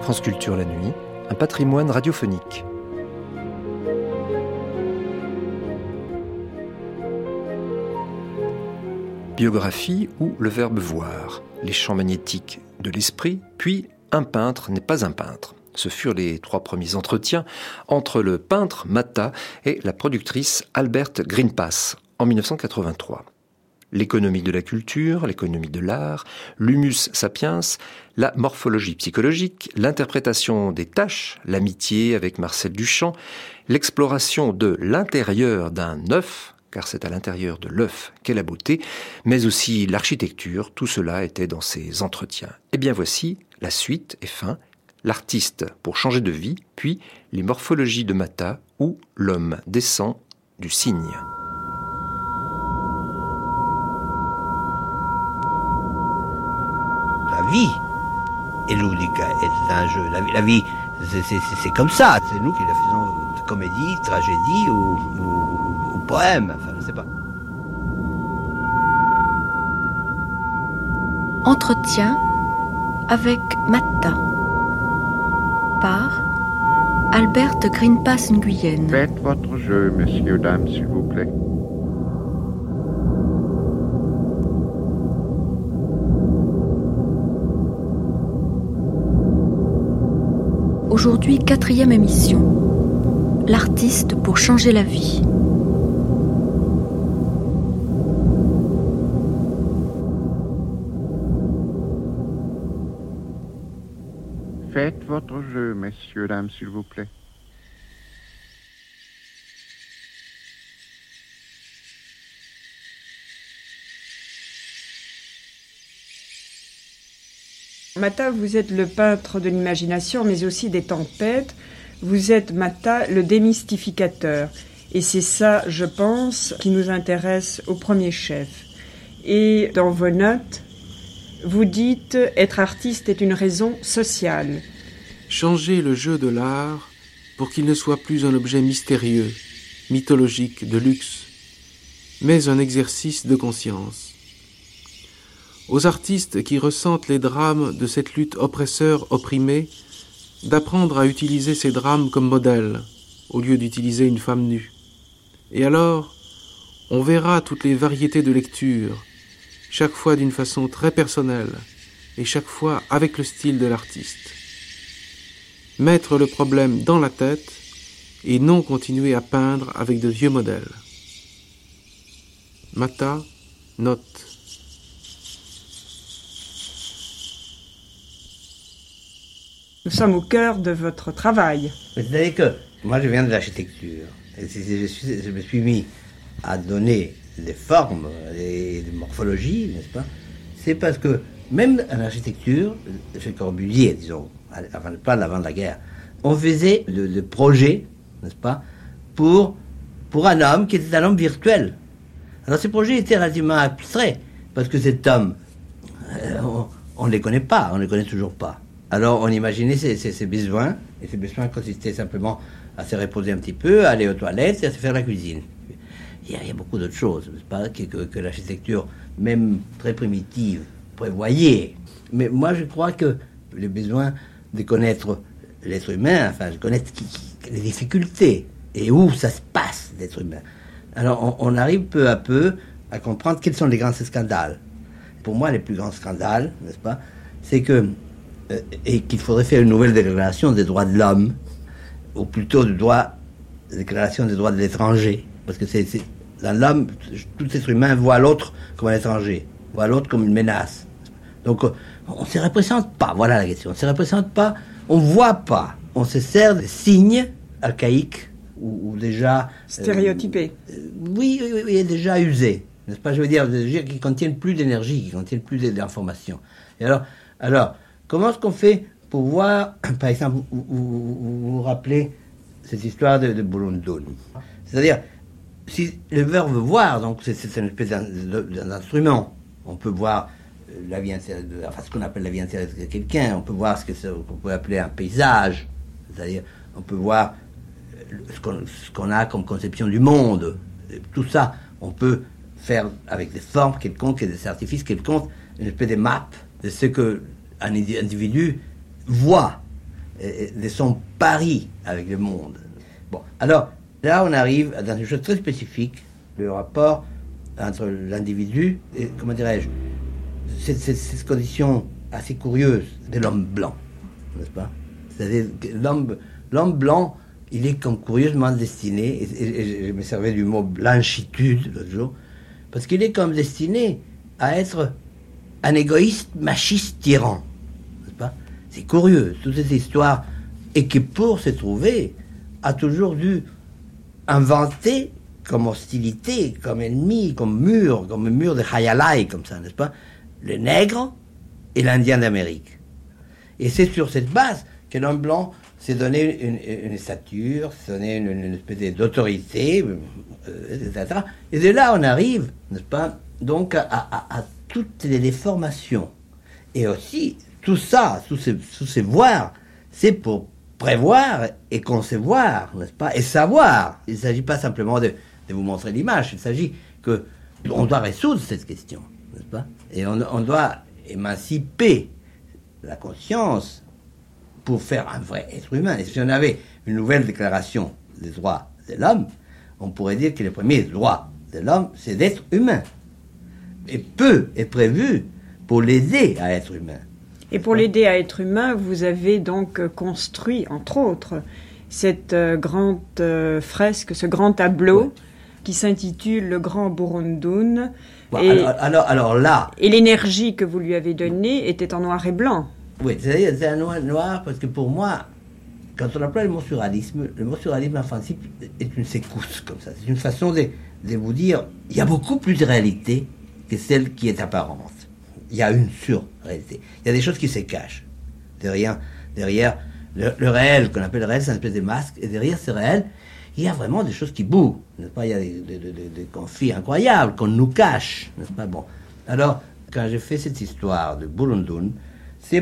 France Culture la nuit, un patrimoine radiophonique. Biographie ou le verbe voir, les champs magnétiques de l'esprit, puis un peintre n'est pas un peintre. Ce furent les 3 premiers entretiens entre le peintre Matta et la productrice Albert Greenpass en 1983. L'économie de la culture, l'économie de l'art, l'humus sapiens, la morphologie psychologique, l'interprétation des tâches, l'amitié avec Marcel Duchamp, l'exploration de l'intérieur d'un œuf, car c'est à l'intérieur de l'œuf qu'est la beauté, mais aussi l'architecture, tout cela était dans ces entretiens. Et bien voici la suite et fin, l'artiste pour changer de vie, puis les morphologies de Matta, où l'homme descend du cygne. La vie est ludique, c'est un jeu. La vie, c'est comme ça. C'est nous qui la faisons comédie, tragédie ou poème. Enfin, je sais pas. Entretien avec Matta par Albert Greenpass Nguyen. Faites votre jeu, messieurs, dames, s'il vous plaît. Aujourd'hui, 4e émission. L'artiste pour changer la vie. Faites votre jeu, messieurs, dames, s'il vous plaît. Matta, vous êtes le peintre de l'imagination, mais aussi des tempêtes. Vous êtes, Matta, le démystificateur. Et c'est ça, je pense, qui nous intéresse au premier chef. Et dans vos notes, vous dites « Être artiste est une raison sociale ». Changer le jeu de l'art pour qu'il ne soit plus un objet mystérieux, mythologique, de luxe, mais un exercice de conscience. Aux artistes qui ressentent les drames de cette lutte oppresseur-opprimée, d'apprendre à utiliser ces drames comme modèle, au lieu d'utiliser une femme nue. Et alors, on verra toutes les variétés de lecture, chaque fois d'une façon très personnelle, et chaque fois avec le style de l'artiste. Mettre le problème dans la tête, et non continuer à peindre avec de vieux modèles. Matta, note. Nous sommes au cœur de votre travail. C'est-à-dire que moi, je viens de l'architecture. Et si je me suis mis à donner des formes, des morphologies, n'est-ce pas? C'est parce que même en architecture, chez Corbusier, disons, pas avant la guerre, on faisait le projet, n'est-ce pas, pour un homme qui était un homme virtuel. Alors ces projets étaient relativement abstraits, parce que cet homme, on ne les connaît pas, on ne les connaît toujours pas. Alors on imaginait ses besoins, et ces besoins consistaient simplement à se reposer un petit peu, à aller aux toilettes et à se faire la cuisine. Il y a beaucoup d'autres choses, n'est-ce pas, que l'architecture, même très primitive, prévoyait. Mais moi je crois que le besoin de connaître l'être humain, enfin de connaître les difficultés, et où ça se passe d'être humain. Alors on arrive peu à peu à comprendre quels sont les grands scandales. Pour moi, les plus grands scandales, n'est-ce pas, c'est que et qu'il faudrait faire une nouvelle déclaration des droits de l'homme, ou plutôt déclaration des droits de l'étranger, parce que c'est dans l'homme, tout être humain voit l'autre comme un étranger, voit l'autre comme une menace. Donc on ne se représente pas, voilà la question, on ne se représente pas, on ne voit pas, on se sert des signes archaïques, ou déjà... Stéréotypés. Oui, déjà usés, n'est-ce pas, je veux dire, qui contiennent plus d'énergie, qui contiennent plus d'informations. Et alors, comment est-ce qu'on fait pour voir, par exemple, vous rappelez cette histoire de Burundun. C'est-à-dire, si le verbe voir, donc c'est une espèce d'instrument, on peut voir la vie intérieure, enfin ce qu'on appelle la vie intérieure de quelqu'un, on peut voir qu'on peut appeler un paysage, c'est-à-dire on peut voir ce qu'on a comme conception du monde. Tout ça, on peut faire avec des formes quelconques et des artifices quelconques, une espèce de map de ce qu'un individu voit. de son pari avec le monde. Bon, alors, là, on arrive dans une chose très spécifique, le rapport entre l'individu et, comment dirais-je, cette condition assez curieuse de l'homme blanc, n'est-ce pas? C'est-à-dire que l'homme blanc, il est comme curieusement destiné, et je me servais du mot blanchitude l'autre jour, parce qu'il est comme destiné à être un égoïste machiste tyran, n'est-ce pas? C'est curieux, toute cette histoire, et qui pour se trouver, a toujours dû inventer comme hostilité, comme ennemi, comme mur de Hayalai, comme ça, n'est-ce pas? Le nègre et l'Indien d'Amérique. Et c'est sur cette base que l'homme blanc s'est donné une stature, s'est donné une espèce d'autorité, etc. Et de là, on arrive, n'est-ce pas, donc à toutes les déformations. Et aussi, tout ça, tous ces voirs, c'est pour prévoir et concevoir, n'est-ce pas, et savoir. Il ne s'agit pas simplement de vous montrer l'image, il s'agit qu'on doit résoudre cette question, n'est-ce pas? Et on doit émanciper la conscience pour faire un vrai être humain. Et si on avait une nouvelle déclaration des droits de l'homme, on pourrait dire que le premier droit de l'homme, c'est d'être humain. Et peu est prévu pour l'aider à être humain. Et pour l'aider à être humain, vous avez donc construit, entre autres, cette grande fresque, ce grand tableau qui s'intitule Le Grand Burundun. Bon, alors là... Et l'énergie que vous lui avez donnée était en noir et blanc. Oui, c'est un noir parce que pour moi, quand on emploie le mot surréalisme en principe est une secousse comme ça. C'est une façon de vous dire, il y a beaucoup plus de réalité que celle qui est apparente. Il y a une surréalité. Il y a des choses qui se cachent. Derrière le réel, qu'on appelle le réel, c'est une espèce de masque, et derrière ce réel, il y a vraiment des choses qui bougent, n'est-ce pas? Il y a des conflits incroyables qu'on nous cache, n'est-ce pas? Bon. Alors, quand j'ai fait cette histoire de Burundun, c'est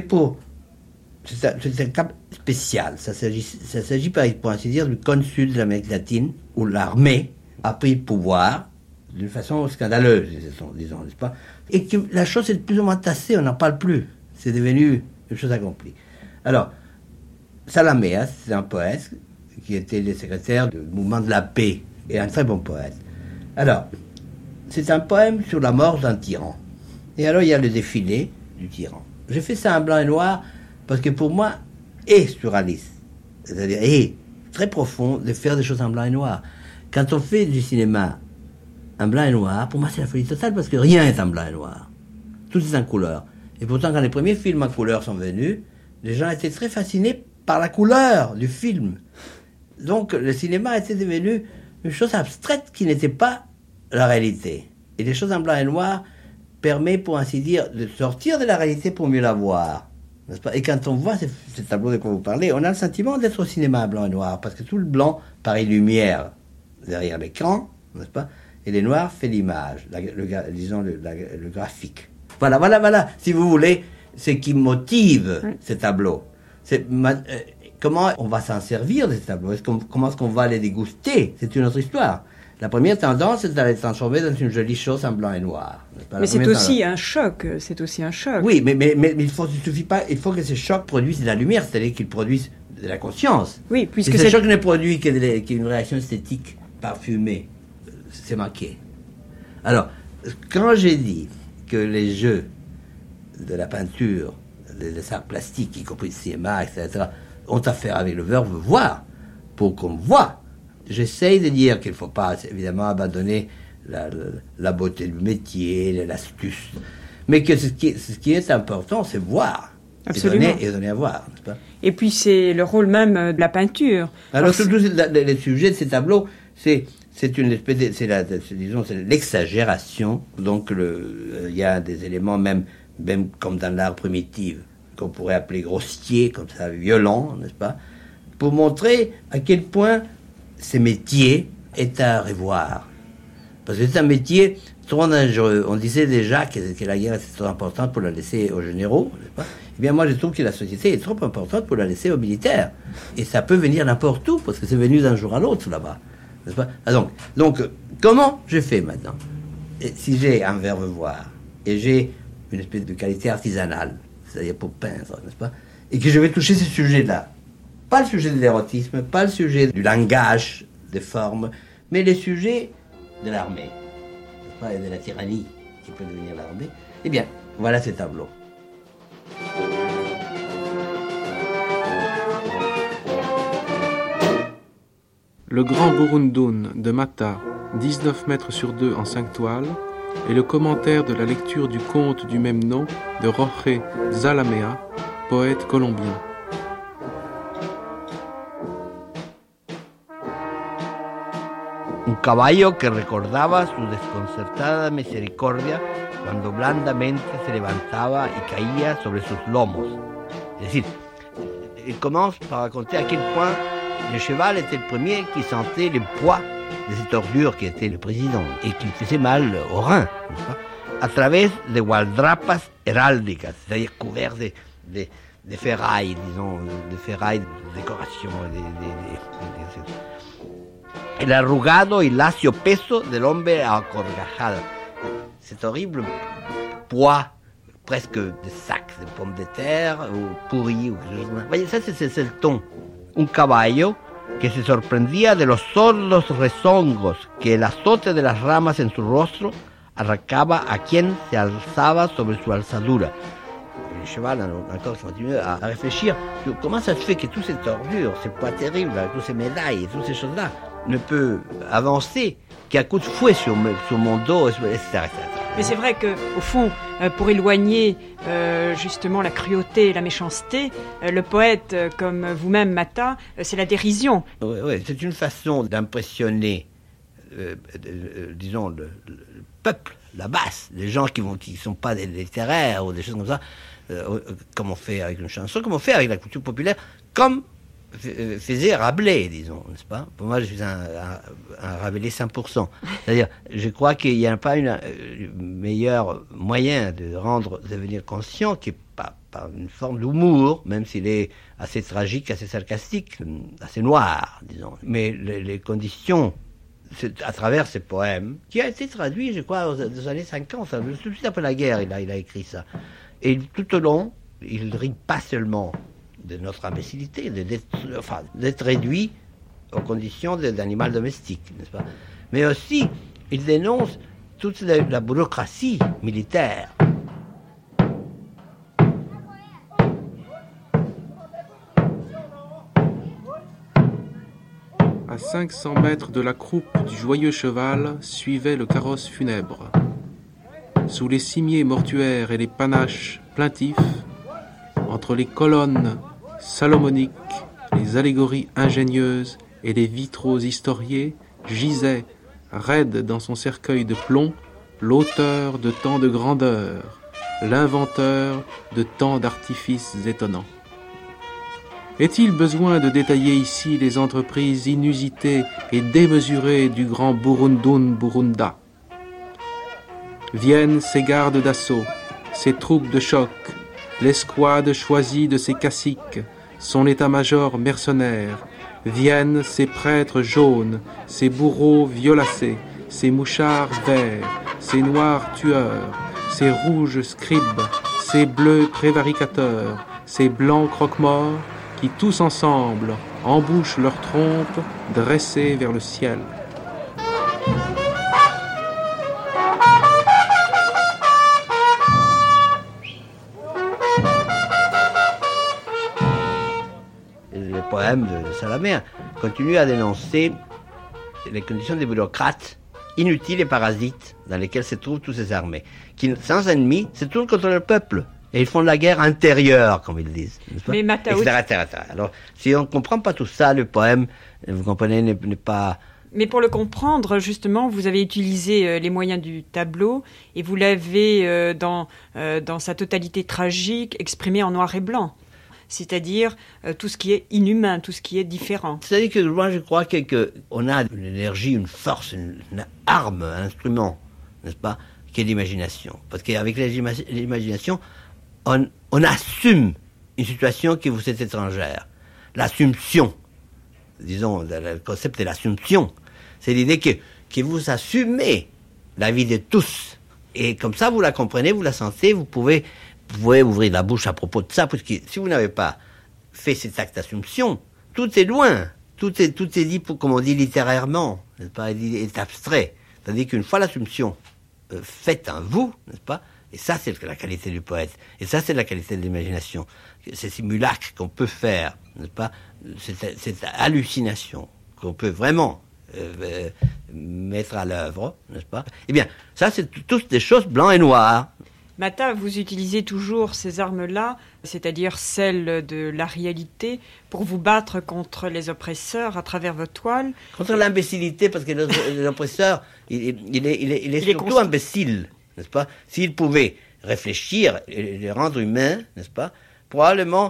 un cas spécial. Ça s'agit pour ainsi dire, du consul de l'Amérique latine, où l'armée a pris le pouvoir d'une façon scandaleuse, disons, n'est-ce pas? Et que la chose est de plus ou moins tassée, on n'en parle plus. C'est devenu une chose accomplie. Alors, Salaméas, c'est un poète qui était le secrétaire du mouvement de la paix, et un très bon poète. Alors, c'est un poème sur la mort d'un tyran. Et alors, il y a le défilé du tyran. J'ai fait ça en blanc et noir parce que pour moi, est surréaliste. C'est-à-dire, est très profond de faire des choses en blanc et noir. Quand on fait du cinéma en blanc et noir, pour moi, c'est la folie totale parce que rien n'est en blanc et noir. Tout est en couleur. Et pourtant, quand les premiers films en couleur sont venus, les gens étaient très fascinés par la couleur du film. Donc, le cinéma était devenu une chose abstraite qui n'était pas la réalité. Et les choses en blanc et noir permet, pour ainsi dire, de sortir de la réalité pour mieux la voir. N'est-ce pas? Et quand on voit ces tableaux de quoi vous parlez, on a le sentiment d'être au cinéma en blanc et noir, parce que tout le blanc paraît lumière derrière l'écran, n'est-ce pas? Et le noir fait l'image, le graphique. Voilà, si vous voulez, ce qui motive ces tableaux. Comment on va s'en servir de ces tableaux? Comment est-ce qu'on va les déguster? C'est une autre histoire. La première tendance, c'est d'aller transformer dans une jolie chose en blanc et noir. Mais c'est aussi un choc. Oui, mais il suffit pas. Il faut que ces chocs produisent de la lumière, c'est-à-dire qu'ils produisent de la conscience. Oui, puisque si ces chocs ne produisent qu'une réaction esthétique parfumée, c'est manqué. Alors, quand j'ai dit que les jeux de la peinture, des arts plastiques, y compris le cinéma, etc., ont affaire avec le verbe voir, pour qu'on voit. J'essaye de dire qu'il ne faut pas, évidemment, abandonner la beauté du métier, l'astuce, mais que ce qui est important, c'est voir. Absolument. Et donner à voir, n'est-ce pas? Et puis c'est le rôle même de la peinture. Alors surtout, les sujets de ces tableaux, c'est une espèce de, c'est l'exagération. Donc il y a des éléments même comme dans l'art primitif, qu'on pourrait appeler grossier, comme ça, violent, n'est-ce pas? Pour montrer à quel point ce métier est à revoir. Parce que c'est un métier trop dangereux. On disait déjà que la guerre était trop importante pour la laisser aux généraux, n'est-ce pas? Eh bien, moi, je trouve que la société est trop importante pour la laisser aux militaires. Et ça peut venir n'importe où, parce que c'est venu d'un jour à l'autre, là-bas. N'est-ce pas? Ah, donc, comment je fais maintenant? Et si j'ai un verbe voir, et j'ai une espèce de qualité artisanale, c'est-à-dire pour peindre, n'est-ce pas? Et que je vais toucher ce sujet-là, Pas le sujet de l'érotisme, pas le sujet du langage, des formes, mais les sujets de l'armée, et de la tyrannie qui peut devenir l'armée. Eh bien, voilà ces tableaux. Le Grand Burundun de Mata, 19 mètres sur 2 en 5 toiles, et le commentaire de la lecture du conte du même nom de Jorge Zalamea, poète colombien. Un caballo que recordaba su desconcertada misericordia cuando blandamente se levantaba y caía sobre sus lomos. Es decir, il commence par raconter à quel point le cheval était le premier qui sentait le poids de cette ordure qui était le président et qui faisait mal aux reins, n'est-ce pas, à travers des gualdrapas heráldicas, c'est-à-dire couverts de ferrailles, disons, de ferrailles de décoration, el arrugado y lacio peso del hombre acorgajado. Cet horrible poids, presque de sacs de pommes de terre ou pourris ou quelque chose comme ça. Voyez, ça c'est le ton. Un caballo que se sorprendía de los sordos rezongos que el azote de las ramas en su rostro arrancaba a quien se alzaba sobre su alzadura. Le cheval encore continue à réfléchir. Comment ça se fait que toute cette ordure, ces poids terribles, toutes ces médailles, toutes ces choses-là, ne peut avancer qu'à coup de fouet sur mon dos, etc. Mais c'est vrai qu'au fond, pour éloigner justement la cruauté et la méchanceté, le poète, comme vous-même, Mata, c'est la dérision. Oui, c'est une façon d'impressionner, disons, le peuple, la masse, les gens qui ne sont pas des littéraires ou des choses comme ça, comme on fait avec une chanson, comme on fait avec la culture populaire, comme faisait Rabelais, disons, n'est-ce pas? Pour moi, je suis un Rabelais 100%. C'est-à-dire, je crois qu'il n'y a pas un meilleur moyen de devenir conscient que par une forme d'humour, même s'il est assez tragique, assez sarcastique, assez noir, disons. Mais les conditions, c'est à travers ces poèmes, qui a été traduit, je crois, aux années 50, tout de suite après la guerre, il a écrit ça. Et tout au long, il ne rit pas seulement de notre imbécilité, d'être réduit aux conditions d'animal domestique, n'est-ce pas? Mais aussi, il dénonce toute la bureaucratie militaire. À 500 mètres de la croupe du joyeux cheval suivait le carrosse funèbre. Sous les cimiers mortuaires et les panaches plaintifs, entre les colonnes salomoniques, les allégories ingénieuses et les vitraux historiés, gisait, raide dans son cercueil de plomb, l'auteur de tant de grandeur, l'inventeur de tant d'artifices étonnants. Est-il besoin de détailler ici les entreprises inusitées et démesurées du grand Burundun Burunda? Viennent ses gardes d'assaut, ses troupes de choc, l'escouade choisie de ses caciques, son état-major mercenaire, viennent ses prêtres jaunes, ses bourreaux violacés, ses mouchards verts, ses noirs tueurs, ses rouges scribes, ses bleus prévaricateurs, ses blancs croque-morts, qui tous ensemble embouchent leurs trompes dressées vers le ciel. Le poème de Zalamea continue à dénoncer les conditions des bureaucrates inutiles et parasites dans lesquelles se trouvent toutes ces armées, qui, sans ennemis, se tournent contre le peuple. Et ils font de la guerre intérieure, comme ils disent. Mais Mata, etc. Alors, si on ne comprend pas tout ça, le poème, vous comprenez, n'est pas... Mais pour le comprendre, justement, vous avez utilisé les moyens du tableau et vous l'avez, dans sa totalité tragique, exprimé en noir et blanc. C'est-à-dire tout ce qui est inhumain, tout ce qui est différent. C'est-à-dire que moi, je crois qu'on a une énergie, une force, une arme, un instrument, n'est-ce pas, qui est l'imagination. Parce qu'avec l'imagination, on assume une situation qui vous est étrangère. L'assumption, disons, le concept de l'assumption, c'est l'idée que vous assumez la vie de tous. Et comme ça, vous la comprenez, vous la sentez, vous pouvez ouvrir la bouche à propos de ça, parce que si vous n'avez pas fait cet acte d'assumption, tout est loin. Tout est dit, comme on dit littérairement, n'est-ce pas, est abstrait. Tandis qu'une fois l'assumption faite en vous, n'est-ce pas, et ça c'est la qualité du poète, et ça c'est la qualité de l'imagination, ces simulacres qu'on peut faire, n'est-ce pas, cette hallucination qu'on peut vraiment mettre à l'œuvre, n'est-ce pas, eh bien, ça c'est toutes des choses blancs et noirs. Mata, vous utilisez toujours ces armes-là, c'est-à-dire celles de la réalité, pour vous battre contre les oppresseurs à travers votre toile. Contre l'imbécilité, parce que l'oppresseur, il est surtout imbécile, n'est-ce pas? S'il pouvait réfléchir et les rendre humains, n'est-ce pas? Probablement,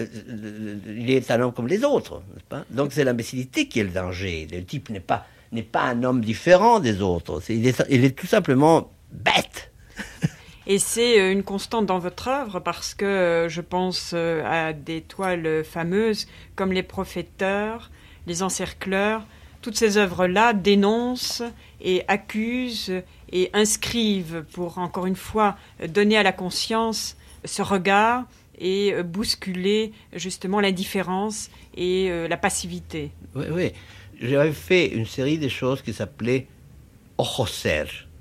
il est un homme comme les autres, n'est-ce pas? Donc c'est l'imbécilité qui est le danger. Le type n'est pas un homme différent des autres. Il est tout simplement bête. Et c'est une constante dans votre œuvre parce que je pense à des toiles fameuses comme Les Prophéteurs, Les Encercleurs. Toutes ces œuvres-là dénoncent et accusent et inscrivent pour, encore une fois, donner à la conscience ce regard et bousculer justement l'indifférence et la passivité. Oui, oui. J'avais fait une série de choses qui s'appelait Ojoser.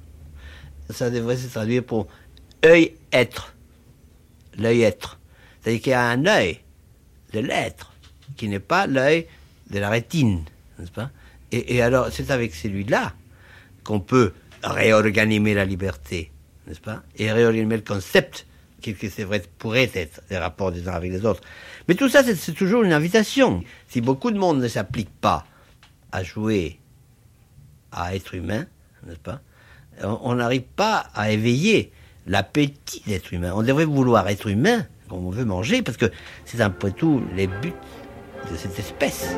Ça devrait se traduire pour œil-être. L'œil-être. C'est-à-dire qu'il y a un œil de l'être qui n'est pas l'œil de la rétine, n'est-ce pas? Et alors, c'est avec celui-là qu'on peut réorganiser la liberté, n'est-ce pas? Et réorganiser le concept que c'est vrai pourrait être les rapports des uns avec les autres. Mais tout ça, c'est toujours une invitation. Si beaucoup de monde ne s'applique pas à jouer à être humain, n'est-ce pas? On n'arrive pas à éveiller l'appétit d'être humain. On devrait vouloir être humain quand on veut manger, parce que c'est un peu tout les buts de cette espèce.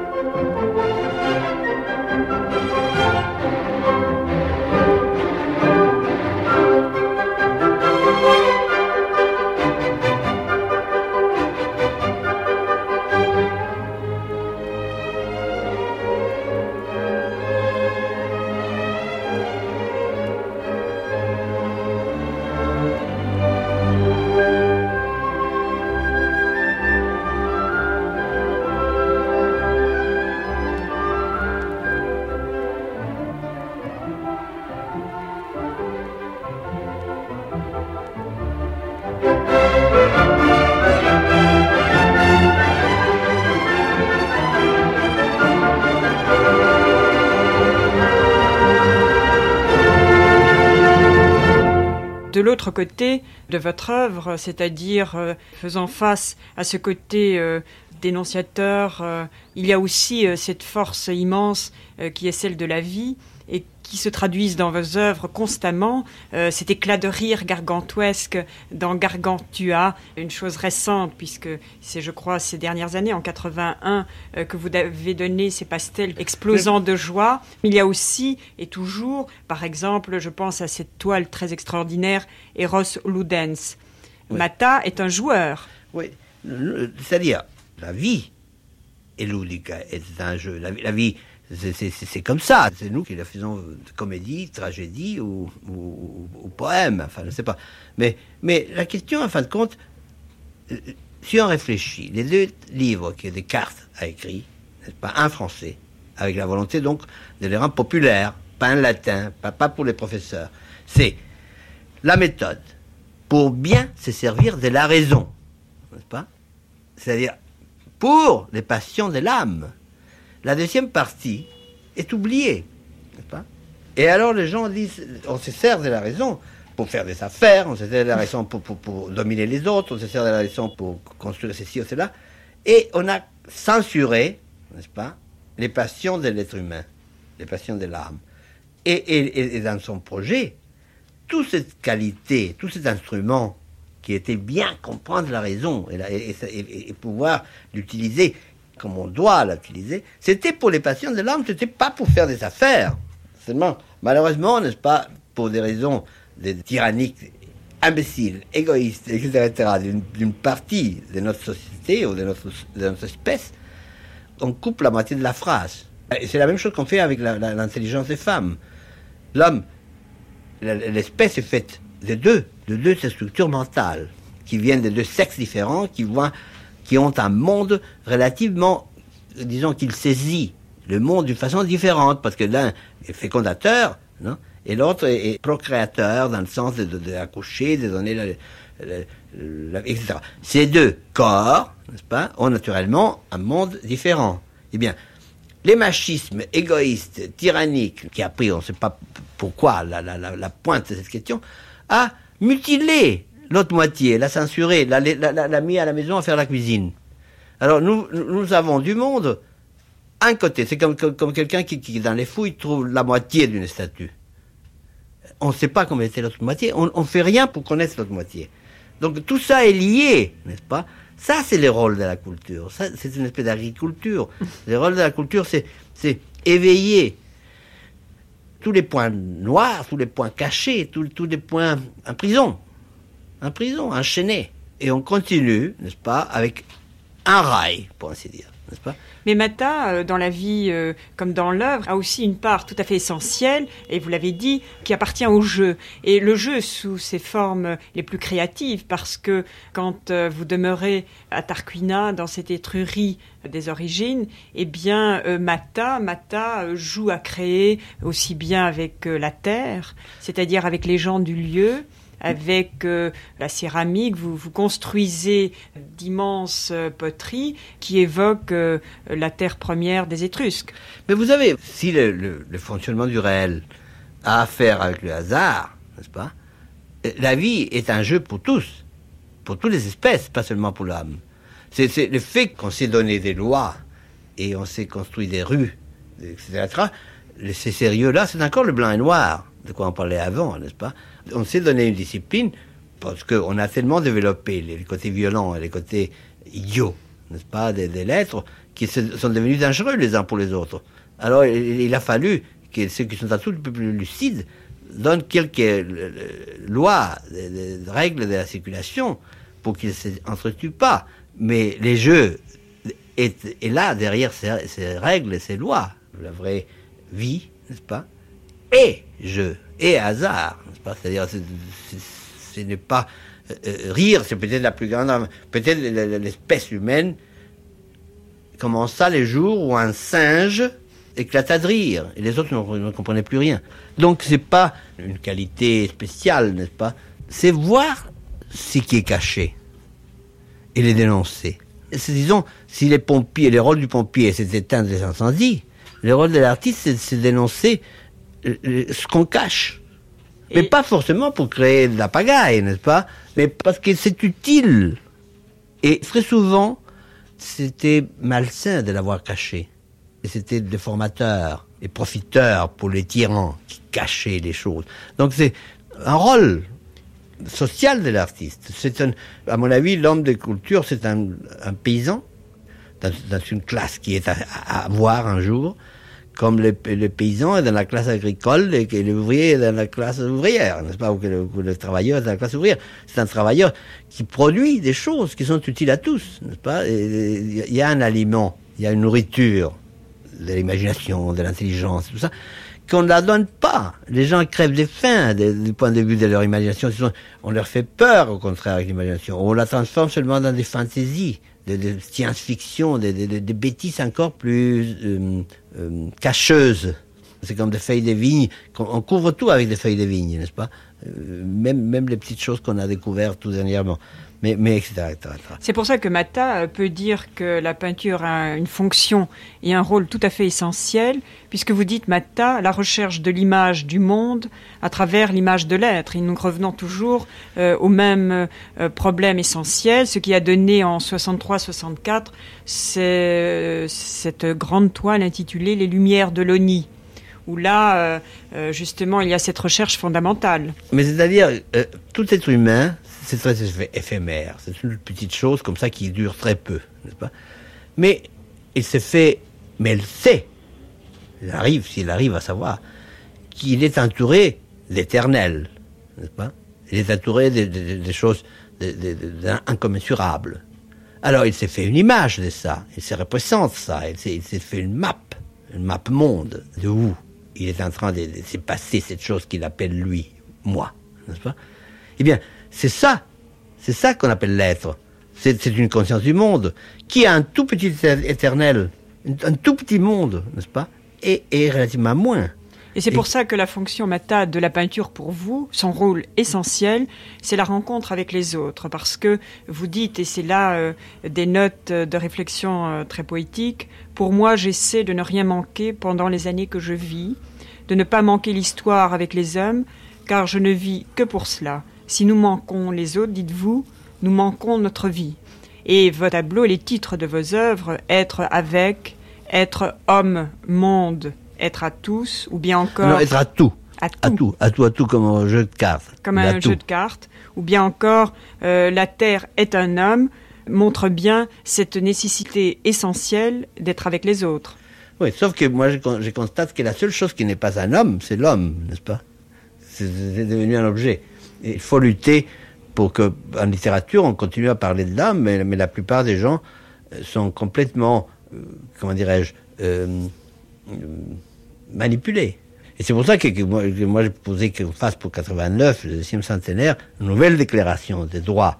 De l'autre côté de votre œuvre, c'est-à-dire faisant face à ce côté dénonciateur, il y a aussi cette force immense qui est celle de la vie et qui se traduisent dans vos œuvres constamment. Cet éclat de rire gargantuesque dans Gargantua, une chose récente, puisque c'est, je crois, ces dernières années, en 81, que vous avez donné ces pastels explosants de joie. Il y a aussi, et toujours, par exemple, je pense à cette toile très extraordinaire, Eros Ludens. Oui. Mata est un joueur. Oui, c'est-à-dire, la vie est ludique, c'est un jeu. La vie... C'est comme ça, c'est nous qui la faisons de comédie, tragédie ou poème, enfin je ne sais pas. Mais la question, en fin de compte, si on réfléchit, les deux livres que Descartes a écrits, n'est-ce pas, un français, avec la volonté donc de les rendre populaires, pas en latin, pas pour les professeurs, c'est la méthode pour bien se servir de la raison, n'est-ce pas? C'est-à-dire pour les passions de l'âme. La deuxième partie est oubliée, n'est-ce pas? Et alors les gens disent, on se sert de la raison pour faire des affaires, on se sert de la raison pour dominer les autres, on se sert de la raison pour construire ceci ou cela, et on a censuré, n'est-ce pas, les passions de l'être humain, les passions de l'âme. Et dans son projet, toute cette qualité, tout cet instrument qui était bien comprendre la raison et pouvoir l'utiliser comme on doit l'utiliser, c'était pour les passions de l'âme, c'était pas pour faire des affaires. Seulement, malheureusement, n'est-ce pas, pour des raisons tyranniques, imbéciles, égoïstes, etc., d'une partie de notre société ou de notre espèce, on coupe la moitié de la phrase. Et c'est la même chose qu'on fait avec l'intelligence des femmes. L'homme, l'espèce est faite de deux structures mentales, qui viennent de deux sexes différents, qui ont un monde relativement disons qu'il saisit le monde d'une façon différente, parce que l'un est fécondateur, non, et l'autre est procréateur, dans le sens d'accoucher, de donner etc. Ces deux corps, n'est-ce pas, ont naturellement un monde différent. Eh bien, les machismes égoïstes, tyranniques, qui a pris, on ne sait pas pourquoi, la pointe de cette question, a mutilé l'autre moitié, l'a censuré, l'a mis à la maison à faire la cuisine. Alors nous avons du monde, un côté, c'est comme quelqu'un qui dans les fouilles trouve la moitié d'une statue. On ne sait pas comment était l'autre moitié, on ne fait rien pour connaître l'autre moitié. Donc tout ça est lié, n'est-ce pas? Ça, c'est le rôle de la culture. Ça, c'est une espèce d'agriculture. Le rôle de la culture, c'est éveiller tous les points noirs, tous les points cachés, tous les points en prison, enchaînés. Et on continue, n'est-ce pas, avec un rail, pour ainsi dire, n'est-ce pas? Mais Mata, dans la vie comme dans l'œuvre, a aussi une part tout à fait essentielle, et vous l'avez dit, qui appartient au jeu. Et le jeu sous ses formes les plus créatives, parce que quand vous demeurez à Tarquina, dans cette étrurie des origines, eh bien, Mata joue à créer aussi bien avec la terre, c'est-à-dire avec les gens du lieu, avec la céramique, vous construisez d'immenses poteries qui évoquent la terre première des Étrusques. Mais vous avez, si le fonctionnement du réel a affaire avec le hasard, n'est-ce pas? La vie est un jeu pour tous, pour toutes les espèces, pas seulement pour l'homme. C'est le fait qu'on s'est donné des lois et on s'est construit des rues, etc. Ces sérieux-là, c'est encore le blanc et noir, de quoi on parlait avant, n'est-ce pas? On s'est donné une discipline parce qu'on a tellement développé les côtés violents et les côtés idiots, n'est-ce pas, des lettres, qui sont devenus dangereux les uns pour les autres. Alors il a fallu que ceux qui sont un tout peu plus lucides donnent quelques lois, des règles de la circulation pour qu'ils ne s'entretuent pas. Mais les jeux est là, derrière ces règles et ces lois, la vraie vie, n'est-ce pas, et jeu, et hasard, n'est-ce pas? C'est-à-dire, ce n'est pas rire, c'est peut-être la plus grande, peut-être l'espèce humaine commença les jours où un singe éclata de rire, et les autres ne comprenaient plus rien. Donc c'est pas une qualité spéciale, n'est-ce pas? C'est voir ce qui est caché, et les dénoncer. Disons, si les pompiers, le rôle du pompier, c'est d'éteindre les incendies, le rôle de l'artiste, c'est dénoncer ce qu'on cache. Mais pas forcément pour créer de la pagaille, n'est-ce pas? Mais parce que c'est utile. Et très souvent, c'était malsain de l'avoir caché. Et c'était déformateur et profiteur pour les tyrans qui cachaient les choses. Donc c'est un rôle social de l'artiste. À mon avis, l'homme de culture, c'est un paysan dans une classe qui est à voir un jour, comme le paysan est dans la classe agricole et que l'ouvrier est dans la classe ouvrière, n'est-ce pas, ou que le travailleur est dans la classe ouvrière. C'est un travailleur qui produit des choses qui sont utiles à tous, n'est-ce pas? Il y a un aliment, il y a une nourriture de l'imagination, de l'intelligence, tout ça, qu'on ne la donne pas. Les gens crèvent de faim du point de vue de leur imagination. On leur fait peur, au contraire, avec l'imagination. On la transforme seulement dans des fantaisies, de science-fiction, des bêtises encore plus cacheuses. C'est comme des feuilles de vigne. On couvre tout avec des feuilles de vigne, n'est-ce pas? Même les petites choses qu'on a découvertes tout dernièrement. Mais etc., etc. C'est pour ça que Mata peut dire que la peinture a une fonction et un rôle tout à fait essentiel, puisque vous dites, Mata, la recherche de l'image du monde à travers l'image de l'être. Et nous revenons toujours au même problème essentiel, ce qui a donné en 63-64 cette grande toile intitulée « Les Lumières de l'Oni », où là, justement, il y a cette recherche fondamentale. Mais c'est-à-dire, tout être humain, c'est très éphémère. C'est une petite chose comme ça qui dure très peu, n'est-ce pas? Mais il se fait, mais elle sait, s'il arrive à savoir, qu'il est entouré d'éternel, n'est-ce pas? Il est entouré de choses incommensurables. Alors il s'est fait une image de ça, il se représente ça, il s'est fait une map monde de où il est en train de se passer cette chose qu'il appelle lui, moi, n'est-ce pas? Eh bien, c'est ça qu'on appelle l'être. C'est une conscience du monde, qui a un tout petit éternel, un tout petit monde, n'est-ce pas, et relativement moins. Et c'est pour ça que la fonction, Mata, de la peinture pour vous, son rôle essentiel, c'est la rencontre avec les autres. Parce que vous dites, et c'est là des notes de réflexion très poétiques, pour moi, j'essaie de ne rien manquer pendant les années que je vis, de ne pas manquer l'histoire avec les hommes, car je ne vis que pour cela. Si nous manquons les autres, dites-vous, nous manquons notre vie. Et vos tableaux, les titres de vos œuvres, être avec, être homme, monde, être à tous, ou bien encore... Non, être à tout. À tout. À tout, comme un jeu de cartes. Comme un jeu de cartes. Ou bien encore, la Terre est un homme, montre bien cette nécessité essentielle d'être avec les autres. Oui, sauf que moi, je constate que la seule chose qui n'est pas un homme, c'est l'homme, n'est-ce pas? C'est devenu un objet. Et il faut lutter pour que, en littérature, on continue à parler de l'homme, mais la plupart des gens sont complètement, comment dirais-je, manipulés. Et c'est pour ça que moi j'ai proposé qu'on fasse pour 89, le 10e centenaire, une nouvelle déclaration des droits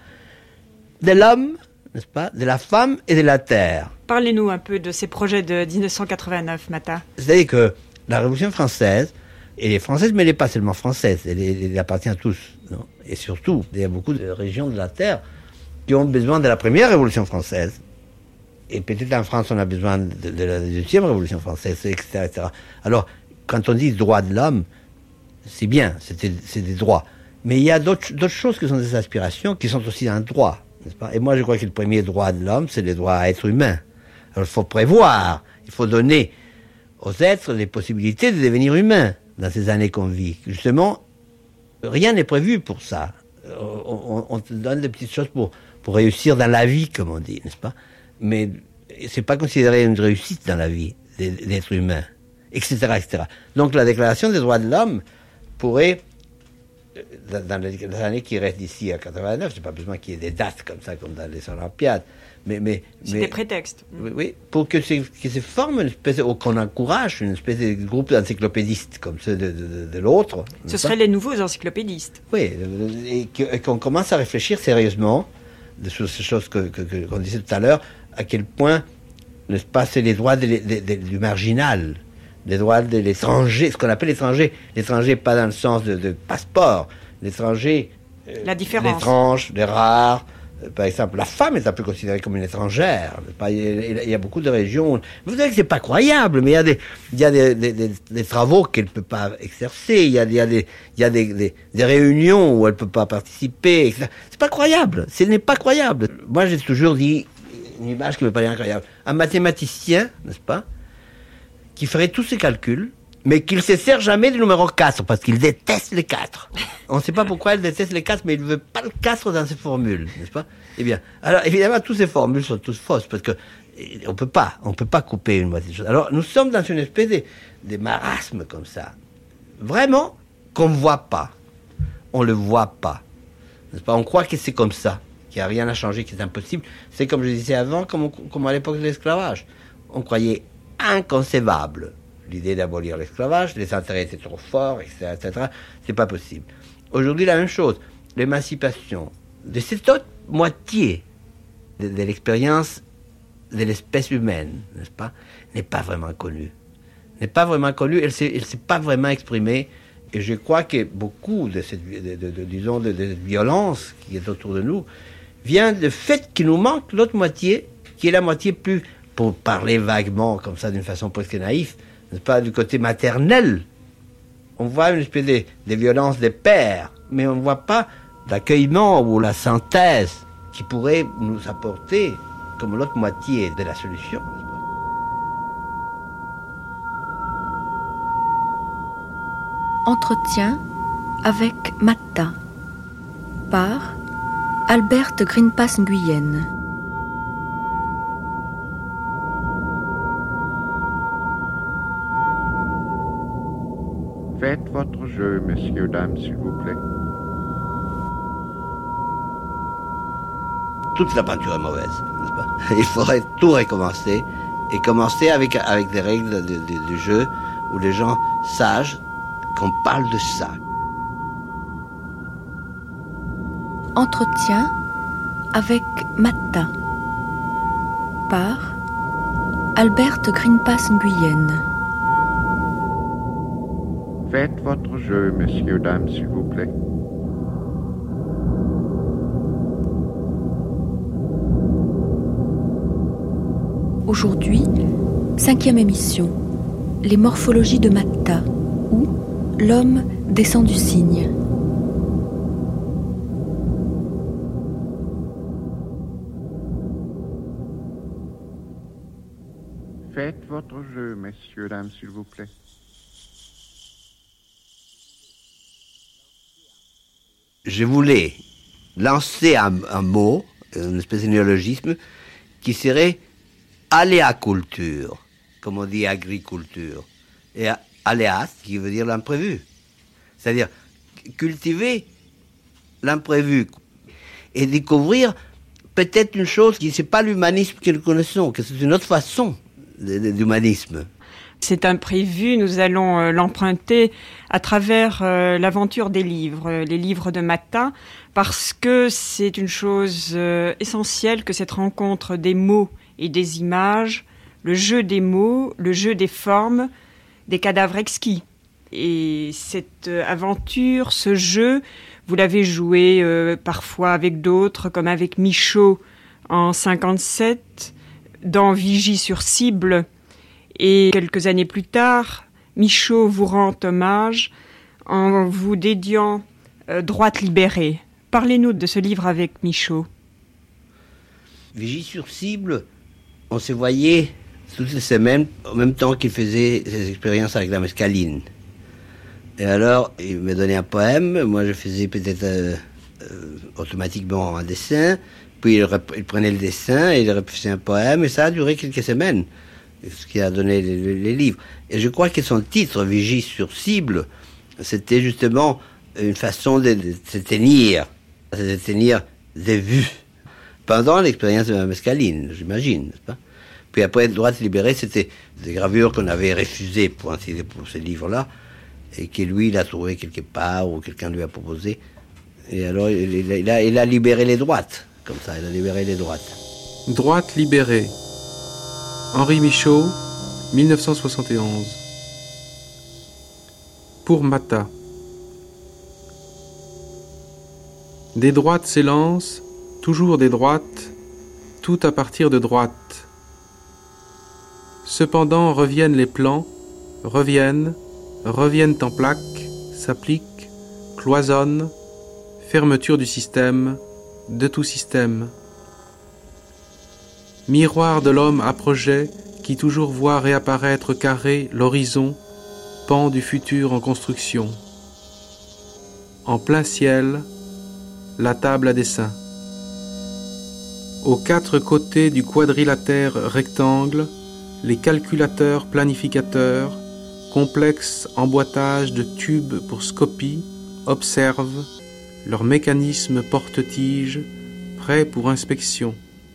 de l'homme, n'est-ce pas, de la femme et de la terre. Parlez-nous un peu de ces projets de 1989, Mata. C'est-à-dire que la Révolution française, et les Françaises, mais elle n'est pas seulement française, elle appartient à tous. Non, et surtout, il y a beaucoup de régions de la terre qui ont besoin de la première Révolution française. Et peut-être en France, on a besoin de la deuxième Révolution française, etc., etc. Alors, quand on dit droits de l'homme, c'est bien, c'est des droits. Mais il y a d'autres choses qui sont des aspirations, qui sont aussi un droit, n'est-ce pas? Et moi, je crois que le premier droit de l'homme, c'est le droit à être humain. Alors, il faut prévoir, il faut donner aux êtres les possibilités de devenir humains dans ces années qu'on vit. Justement, rien n'est prévu pour ça. On te donne des petites choses pour réussir dans la vie, comme on dit, n'est-ce pas? Mais c'est pas considéré une réussite dans la vie d'être humain, etc., etc. Donc la Déclaration des droits de l'homme pourrait, dans les années qui restent d'ici à 89, c'est pas besoin qu'il y ait des dates comme ça, comme dans les Olympiades, mais c'est des prétextes. Oui, pour que se forme une espèce, ou qu'on encourage une espèce de groupe d'encyclopédistes comme ceux de l'autre. Ce seraient les nouveaux encyclopédistes. Oui, et qu'on commence à réfléchir sérieusement sur ces choses qu'on disait tout à l'heure, à quel point, n'est-ce pas, c'est les droits du marginal, les droits de l'étranger, ce qu'on appelle l'étranger pas dans le sens de passeport, l'étranger, la différence, l'étrange, les rares. Par exemple, la femme est un peu considérée comme une étrangère. Il y a beaucoup de régions. Vous savez que c'est pas croyable, mais il y a des travaux qu'elle ne peut pas exercer. Il y a des réunions où elle ne peut pas participer. Etc. C'est pas croyable. Ce n'est pas croyable. Moi, j'ai toujours dit une image qui me paraît incroyable. Un mathématicien, n'est-ce pas, qui ferait tous ses calculs, mais qu'il ne se sert jamais du numéro 4, parce qu'il déteste les 4. On ne sait pas pourquoi il déteste les 4, mais il ne veut pas le 4 dans ses formules, n'est-ce pas? Eh bien, alors évidemment, toutes ces formules sont toutes fausses, parce que on peut pas couper une moitié de chose. Alors, nous sommes dans une espèce de marasme comme ça, vraiment, qu'on ne voit pas. On ne le voit pas, n'est-ce pas? On croit que c'est comme ça, qu'il n'y a rien à changer, que c'est impossible. C'est comme je disais avant, comme à l'époque de l'esclavage. On croyait inconcevable l'idée d'abolir l'esclavage, les intérêts étaient trop forts, etc., etc. C'est pas possible. Aujourd'hui, la même chose. L'émancipation de cette autre moitié de l'expérience de l'espèce humaine, n'est-ce pas, n'est pas vraiment connue. N'est pas vraiment connue, elle s'est pas vraiment exprimée. Et je crois que beaucoup de cette violence qui est autour de nous vient du fait qu'il nous manque l'autre moitié, qui est la moitié plus, pour parler vaguement, comme ça, d'une façon presque naïve, n'est-ce pas, du côté maternel. On voit une espèce de violence des pères, mais on ne voit pas l'accueillement ou la synthèse qui pourrait nous apporter comme l'autre moitié de la solution. Entretien avec Mata par Alberte Greenpass-Nguyen. Faites votre jeu, messieurs, dames, s'il vous plaît. Toute la peinture est mauvaise, n'est-ce pas? Il faudrait tout recommencer, et commencer avec des règles du jeu où les gens sachent qu'on parle de ça. Entretien avec Mata par Albert Greenpass Nguyen. Faites votre jeu, messieurs, dames, s'il vous plaît. Aujourd'hui, 5e émission, les morphologies de Matta, ou l'homme descend du cygne. Faites votre jeu, messieurs, dames, s'il vous plaît. Je voulais lancer un mot, une espèce de néologisme, qui serait aléaculture, comme on dit agriculture. Et aléas, qui veut dire l'imprévu. C'est-à-dire cultiver l'imprévu et découvrir peut-être une chose qui n'est pas l'humanisme que nous connaissons, que c'est une autre façon d'humanisme. Cet imprévu, nous allons l'emprunter à travers l'aventure des livres, les livres de Matta, parce que c'est une chose essentielle que cette rencontre des mots et des images, le jeu des mots, le jeu des formes, des cadavres exquis. Et cette aventure, ce jeu, vous l'avez joué parfois avec d'autres, comme avec Michaud en 1957, dans Vigie sur cible. Et quelques années plus tard, Michaud vous rend hommage en vous dédiant Droite libérée. Parlez-nous de ce livre avec Michaud. Vigie sur cible, on se voyait toutes les semaines, en même temps qu'il faisait ses expériences avec la mescaline. Et alors, il me donnait un poème, moi je faisais peut-être automatiquement un dessin, puis il prenait le dessin et il refaisait un poème, et ça a duré quelques semaines, ce qui a donné les livres. Et je crois que son titre, Vigie sur cible, c'était justement une façon de se tenir des vues, pendant l'expérience de la mescaline, j'imagine, n'est-ce pas? Puis après, Droite libérée, c'était des gravures qu'on avait refusées pour ce livre-là, et que lui, il a trouvé quelque part, ou quelqu'un lui a proposé. Et alors, il a libéré les droites, comme ça, il a libéré les droites. Droite libérée. Henri Michaud, 1971. Pour Matta. Des droites s'élancent, toujours des droites, tout à partir de droite. Cependant reviennent les plans, reviennent en plaques, s'appliquent, cloisonnent, fermeture du système, de tout système. Miroir de l'homme à projet qui toujours voit réapparaître carré l'horizon, pan du futur en construction. En plein ciel, la table à dessin. Aux quatre côtés du quadrilatère rectangle, les calculateurs planificateurs, complexes emboîtages de tubes pour scopie, observent leur mécanisme porte-tige, prêt pour inspection.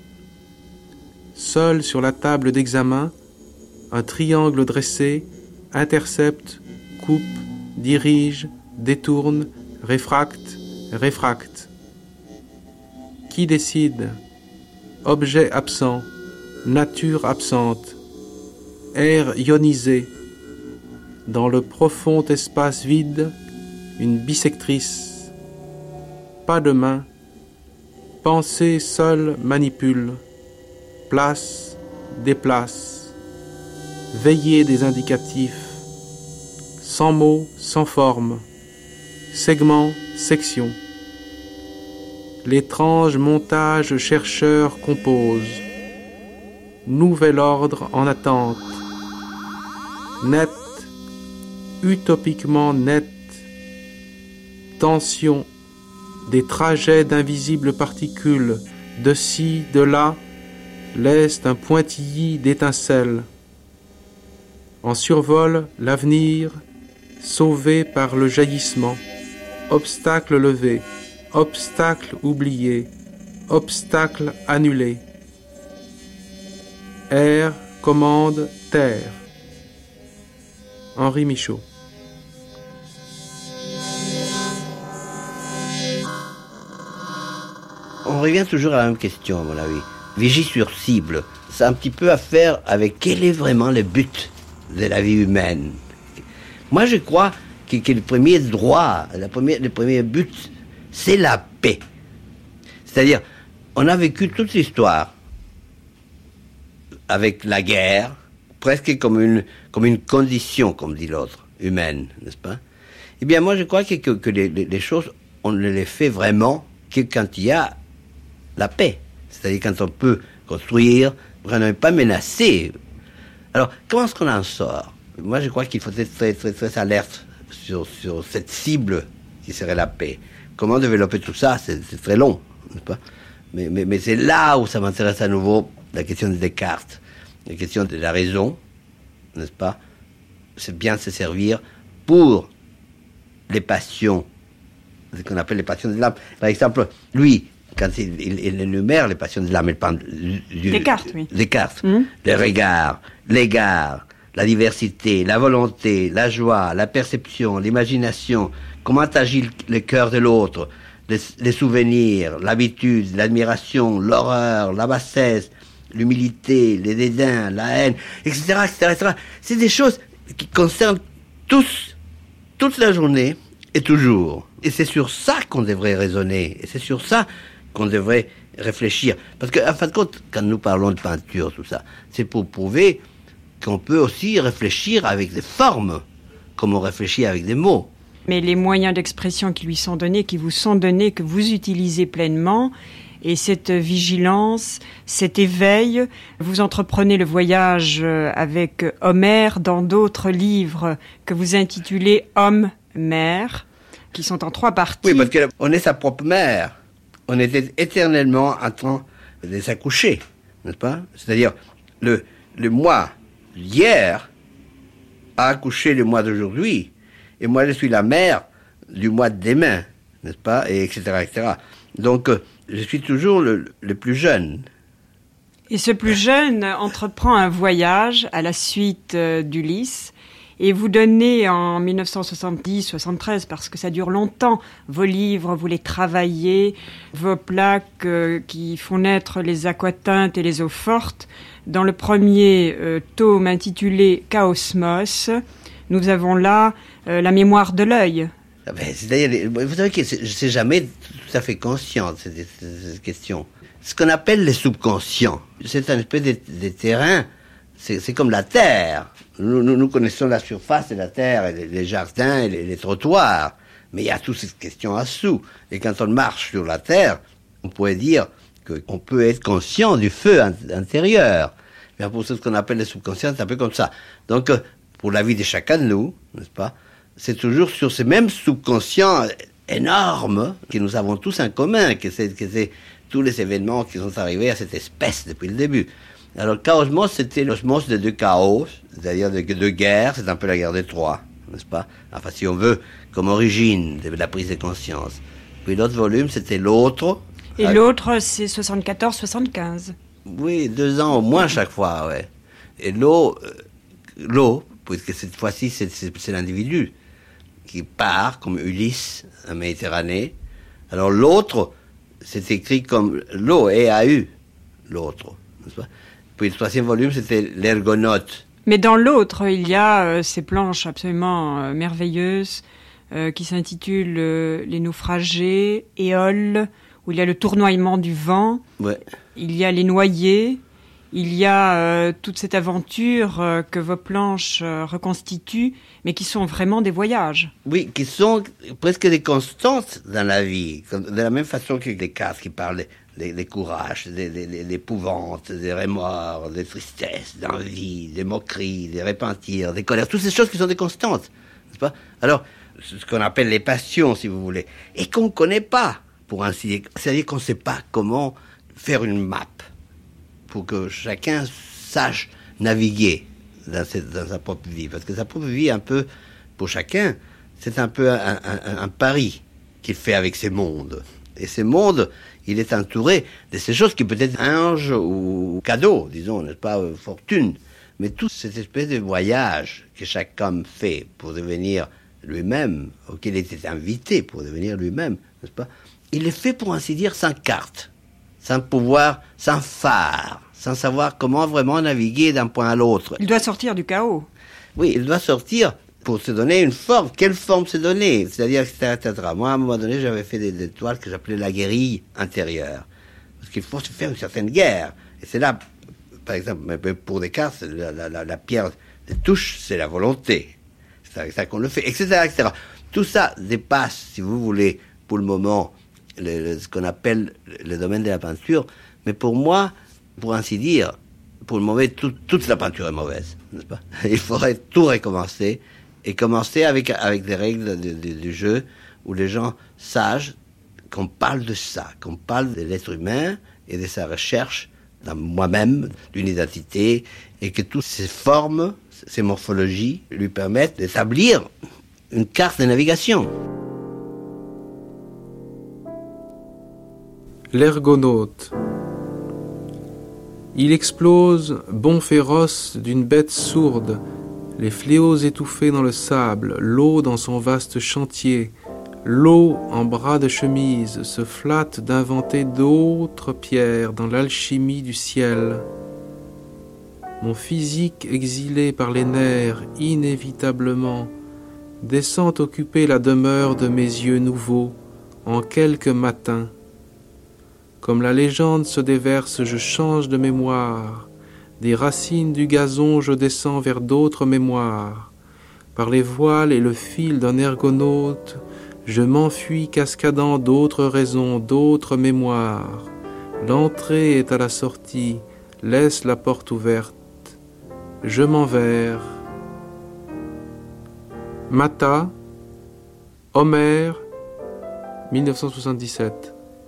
Seul sur la table d'examen, un triangle dressé intercepte, coupe, dirige, détourne, réfracte, réfracte. Qui décide? Objet absent, nature absente, air ionisé. Dans le profond espace vide, une bissectrice. Pas de main, pensée seule manipule. Place, déplace. Veillée des indicatifs. Sans mots, sans forme. Segment, section. L'étrange montage chercheur compose. Nouvel ordre en attente. Net, utopiquement net. Tension, des trajets d'invisibles particules, de ci, de là, laissent un pointillis d'étincelles. En survol, l'avenir, sauvé par le jaillissement. Obstacle levé, obstacle oublié, obstacle annulé. Air, commande, terre. Henri Michaud. On revient toujours à la même question, à mon avis. Vigie sur cible. C'est un petit peu à faire avec quel est vraiment le but de la vie humaine. Moi, je crois que le premier droit, le premier but, c'est la paix. C'est-à-dire, on a vécu toute l'histoire avec la guerre, presque comme une condition, comme dit l'autre, humaine, n'est-ce pas? Eh bien, moi, je crois que les choses, on ne les fait vraiment que quand il y a la paix. C'est-à-dire quand on peut construire, on n'est pas menacé. Alors, comment est-ce qu'on en sort? Moi, je crois qu'il faut être très, très, très alerte sur cette cible qui serait la paix. Comment développer tout ça? C'est très long, n'est-ce pas? Mais c'est là où ça m'intéresse à nouveau, la question de Descartes, la question de la raison, n'est-ce pas? C'est bien de se servir pour les passions, ce qu'on appelle les passions de l'âme. Par exemple, lui, quand il énumère les passions de l'âme, il parle Descartes, oui. Descartes, le regard, l'égard, la diversité, la volonté, la joie, la perception, l'imagination, comment agit le cœur de l'autre, les souvenirs, l'habitude, l'admiration, l'horreur, la bassesse, l'humilité, les dédains, la haine, etc., etc., etc. C'est des choses qui concernent tous, toute la journée et toujours. Et c'est sur ça qu'on devrait raisonner. Et c'est sur ça qu'on devrait réfléchir. Parce qu'en fin de compte, quand nous parlons de peinture, tout ça, c'est pour prouver qu'on peut aussi réfléchir avec des formes, comme on réfléchit avec des mots. Mais les moyens d'expression qui lui sont donnés, qui vous sont donnés, que vous utilisez pleinement, et cette vigilance, cet éveil, vous entreprenez le voyage avec Homère dans d'autres livres que vous intitulez Homme-Mère, qui sont en 3 parties. Oui, parce qu'on est sa propre mère. On était éternellement en train de s'accoucher, n'est-ce pas? C'est-à-dire, le moi d'hier a accouché le moi d'aujourd'hui. Et moi, je suis la mère du mois de demain, n'est-ce pas? Et etc., etc. Donc, je suis toujours le plus jeune. Et ce plus jeune entreprend un voyage à la suite d'Ulysse. Et vous donnez en 1970-73, parce que ça dure longtemps, vos livres, vous les travaillez, vos plaques qui font naître les aquatintes et les eaux fortes. Dans le premier tome intitulé Chaosmos, nous avons là la mémoire de l'œil. C'est-à-dire, vous savez que je ne suis jamais tout à fait conscient de cette question. Ce qu'on appelle les subconscients, c'est un espèce de terrain, c'est comme la terre. Nous connaissons la surface de la terre, et les jardins et les trottoirs, mais il y a toutes ces questions en dessous. Et quand on marche sur la terre, on pourrait dire qu'on peut être conscient du feu intérieur. Mais pour ce qu'on appelle les subconscients, c'est un peu comme ça. Donc, pour la vie de chacun de nous, n'est-ce pas, c'est toujours sur ces mêmes subconscients énormes que nous avons tous en commun, que c'est tous les événements qui sont arrivés à cette espèce depuis le début. Alors, Chaosmos, c'était l'osmose de 2 chaos, c'est-à-dire de 2 guerres, c'est un peu la guerre de Troie, n'est-ce pas? Enfin, si on veut, comme origine de la prise de conscience. Puis l'autre volume, c'était l'autre. Et l'autre, c'est 74-75. Oui, 2 ans au moins chaque fois, ouais. Et l'eau, puisque cette fois-ci, c'est l'individu qui part, comme Ulysse, en Méditerranée. Alors l'autre, c'est écrit comme l'eau, E-A-U, l'autre, n'est-ce pas? Puis le 3e volume, c'était l'Ergonaute. Mais dans l'autre, il y a ces planches absolument merveilleuses qui s'intitulent Les naufragés, Éole, où il y a le tournoiement du vent. Ouais. Il y a les noyés. Il y a toute cette aventure que vos planches reconstituent, mais qui sont vraiment des voyages. Oui, qui sont presque des constantes dans la vie. De la même façon que Descartes qui parle des courages, des épouvantes, des remords, des tristesses, d'envie, des moqueries, des repentirs, des colères. Toutes ces choses qui sont des constantes, n'est-ce pas? Alors, ce qu'on appelle les passions, si vous voulez, et qu'on ne connaît pas, pour ainsi dire. C'est-à-dire qu'on ne sait pas comment faire une map pour que chacun sache naviguer dans sa propre vie. Parce que sa propre vie, un peu, pour chacun, c'est un peu un pari qu'il fait avec ces mondes. Et ces mondes, il est entouré de ces choses qui peut-être anges ou cadeaux, disons, n'est-ce pas, fortune. Mais toute cette espèce de voyage que chaque homme fait pour devenir lui-même, auquel il était invité pour devenir lui-même, n'est-ce pas, il est fait, pour ainsi dire, sans carte. sans pouvoir, sans phare, sans savoir comment vraiment naviguer d'un point à l'autre. Il doit sortir du chaos. Oui, il doit sortir pour se donner une forme. Quelle forme se donner? C'est-à-dire, etc. Moi, à un moment donné, j'avais fait des toiles que j'appelais la guérille intérieure. Parce qu'il faut se faire une certaine guerre. Et c'est là, par exemple, pour Descartes, la pierre de touche, c'est la volonté. C'est avec ça qu'on le fait, etc., etc. Tout ça dépasse, si vous voulez, pour le moment, ce qu'on appelle le domaine de la peinture. Mais pour moi, pour ainsi dire, pour le moment, toute la peinture est mauvaise, n'est-ce pas? Il faudrait tout recommencer, et commencer avec des règles du jeu, où les gens sachent qu'on parle de ça, qu'on parle de l'être humain et de sa recherche dans moi-même, d'une identité, et que toutes ces formes, ces morphologies, lui permettent d'établir une carte de navigation. L'ergonaute. Il explose, bond féroce d'une bête sourde, les fléaux étouffés dans le sable, l'eau dans son vaste chantier, l'eau en bras de chemise se flatte d'inventer d'autres pierres dans l'alchimie du ciel. Mon physique exilé par les nerfs inévitablement descend occuper la demeure de mes yeux nouveaux en quelques matins. Comme la légende se déverse, je change de mémoire. Des racines du gazon, je descends vers d'autres mémoires. Par les voiles et le fil d'un ergonaute, je m'enfuis cascadant d'autres raisons, d'autres mémoires. L'entrée est à la sortie, laisse la porte ouverte. Je m'envers. Mata, Homère, 1977.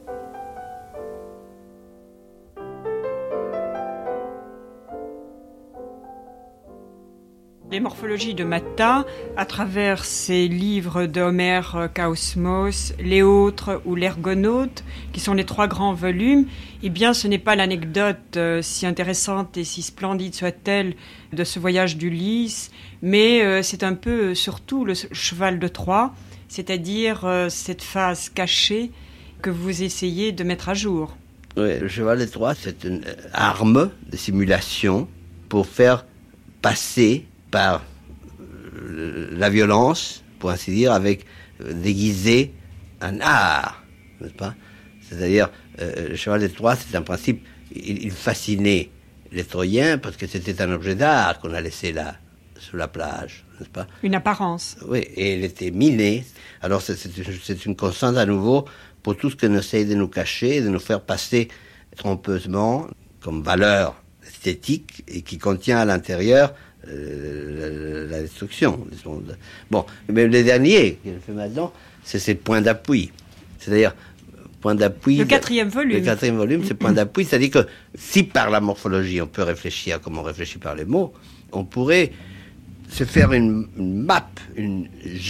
Les morphologies de Mata, à travers ses livres de Homère, Chaosmos, Léautre ou l'Ergonaute, qui sont les 3 grands volumes, eh bien ce n'est pas l'anecdote si intéressante et si splendide soit-elle de ce voyage d'Ulysse, mais c'est un peu surtout le cheval de Troie, c'est-à-dire cette phase cachée que vous essayez de mettre à jour. Oui, le cheval de Troie, c'est une arme de simulation pour faire passer par la violence, pour ainsi dire, avec déguiser un art, n'est-ce pas? C'est-à-dire, le cheval de Troie, c'est un principe, il fascinait les Troyens parce que c'était un objet d'art qu'on a laissé là, sur la plage, n'est-ce pas? Une apparence. Oui, et il était miné. Alors c'est une constante à nouveau pour tout ce qu'on essaye de nous cacher, de nous faire passer trompeusement comme valeur esthétique et qui contient à l'intérieur la destruction. Bon, mais le dernier qu'il fait maintenant, c'est ces points d'appui. C'est-à-dire, point d'appui... Le 4e volume. Le 4e volume, c'est point d'appui. C'est-à-dire que si par la morphologie, on peut réfléchir comme on réfléchit par les mots, on pourrait se faire une map, une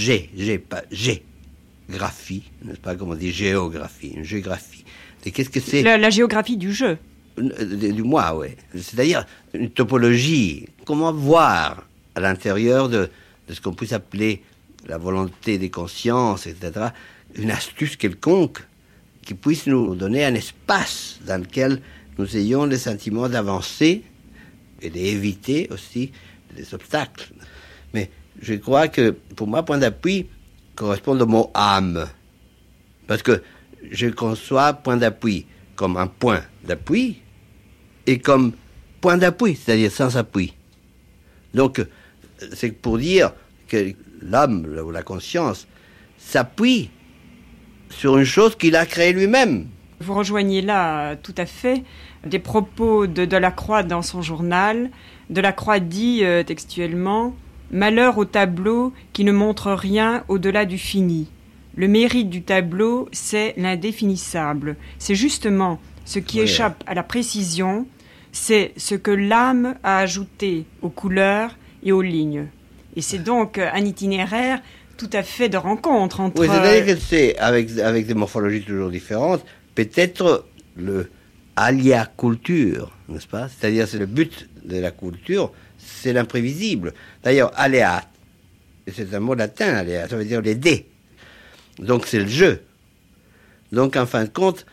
géographie, n'est-ce pas, comme on dit, géographie, une géographie. Et qu'est-ce que c'est? La géographie du jeu. Du moi, oui. C'est-à-dire une topologie. Comment voir à l'intérieur de ce qu'on puisse appeler la volonté des consciences, etc., une astuce quelconque qui puisse nous donner un espace dans lequel nous ayons le sentiment d'avancer et d'éviter aussi les obstacles. Mais je crois que, pour moi, point d'appui correspond au mot âme. Parce que je conçois point d'appui comme un point d'appui et comme point d'appui, c'est-à-dire sans appui. Donc, c'est pour dire que l'âme ou la conscience s'appuie sur une chose qu'il a créée lui-même. Vous rejoignez là tout à fait des propos de Delacroix dans son journal. Delacroix dit textuellement « Malheur au tableau qui ne montre rien au-delà du fini. Le mérite du tableau, c'est l'indéfinissable. C'est justement ce qui échappe à la précision, c'est ce que l'âme a ajouté aux couleurs et aux lignes. » Et c'est donc un itinéraire tout à fait de rencontre entre... Oui, c'est-à-dire que c'est, avec des morphologies toujours différentes, peut-être le alia culture, n'est-ce pas? C'est-à-dire c'est le but de la culture, c'est l'imprévisible. D'ailleurs, aléa, c'est un mot latin, aléa, ça veut dire les dés. Donc c'est le jeu. Donc en fin de compte,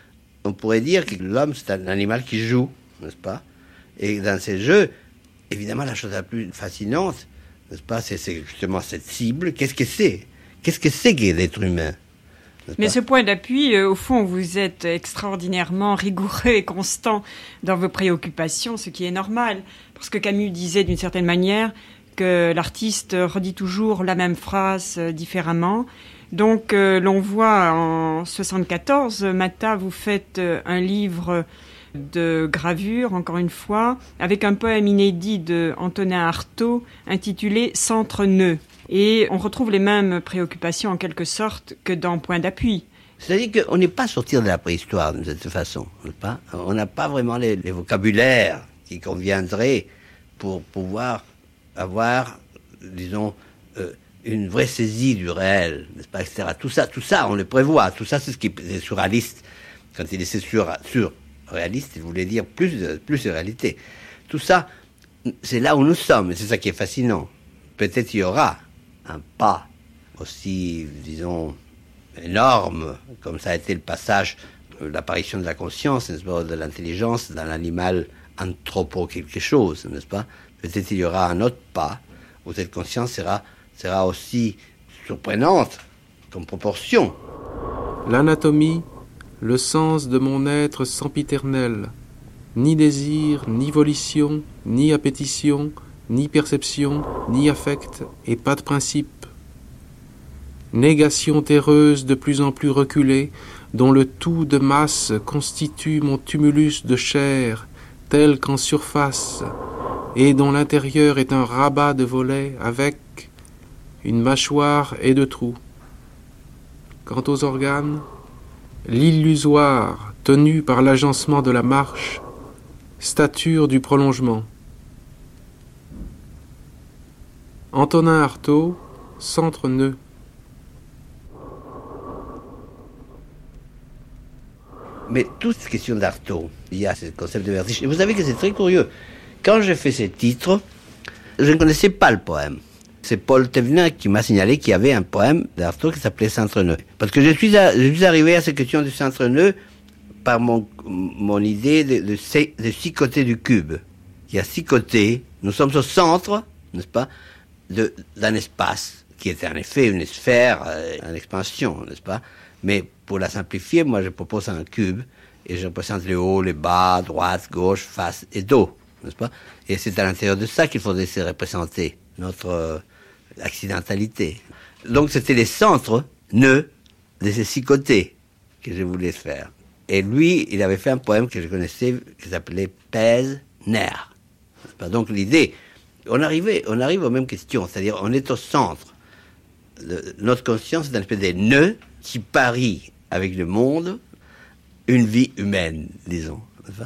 on pourrait dire que l'homme, c'est un animal qui joue, n'est-ce pas? Et dans ces jeux, évidemment, la chose la plus fascinante, n'est-ce pas, c'est justement cette cible. Qu'est-ce que c'est? Qu'est-ce que c'est que l'être humain? Mais ce point d'appui, au fond, vous êtes extraordinairement rigoureux et constant dans vos préoccupations, ce qui est normal. Parce que Camus disait d'une certaine manière que l'artiste redit toujours la même phrase différemment. Donc, l'on voit en 74, Matta, vous faites un livre de gravure, encore une fois, avec un poème inédit de Antonin Artaud intitulé « Centre-nœud ». Et on retrouve les mêmes préoccupations en quelque sorte que dans Point d'appui. C'est-à-dire qu'on n'est pas sorti de la préhistoire de cette façon, n'est-ce pas? On n'a pas vraiment les vocabulaires qui conviendraient pour pouvoir avoir, disons, une vraie saisie du réel, n'est-ce pas, etc. Tout ça, on le prévoit. Tout ça, c'est ce qui est surréaliste. Quand il est surréaliste, il voulait dire plus de réalité. Tout ça, c'est là où nous sommes, et c'est ça qui est fascinant. Peut-être qu'il y aura un pas aussi, disons, énorme, comme ça a été le passage, l'apparition de la conscience, n'est-ce pas, de l'intelligence dans l'animal anthropo quelque chose, n'est-ce pas? Peut-être qu'il y aura un autre pas où cette conscience sera aussi surprenante comme proportion. L'anatomie, le sens de mon être sempiternel, ni désir, ni volition, ni appétition, ni perception, ni affect, et pas de principe. Négation terreuse de plus en plus reculée, dont le tout de masse constitue mon tumulus de chair, tel qu'en surface, et dont l'intérieur est un rabat de volets avec une mâchoire et de trous. Quant aux organes, l'illusoire tenu par l'agencement de la marche, stature du prolongement. Antonin Artaud, Centre-nœud. Mais toute cette question d'Artaud, il y a ce concept de vertige. Et vous savez que c'est très curieux. Quand j'ai fait ces titres, je ne connaissais pas le poème. C'est Paul Thévenin qui m'a signalé qu'il y avait un poème d'Artaud qui s'appelait Centre-nœud. Parce que je suis arrivé à cette question du Centre-nœud par mon idée de 6 côtés du cube. Il y a 6 côtés. Nous sommes au centre, n'est-ce pas, d'un espace qui est en effet une sphère en expansion, n'est-ce pas? Mais pour la simplifier, moi je propose un cube et je représente les hauts, les bas, droite, gauche, face et dos, n'est-ce pas? Et c'est à l'intérieur de ça qu'il faudrait se représenter notre accidentalité. Donc c'était les centres, nœuds, de ces 6 côtés que je voulais faire. Et lui, il avait fait un poème que je connaissais qui s'appelait Pèse, nerf. Donc l'idée, on arrive aux mêmes questions, c'est-à-dire on est au centre. Notre conscience est un espèce de nœud qui parie avec le monde une vie humaine, disons.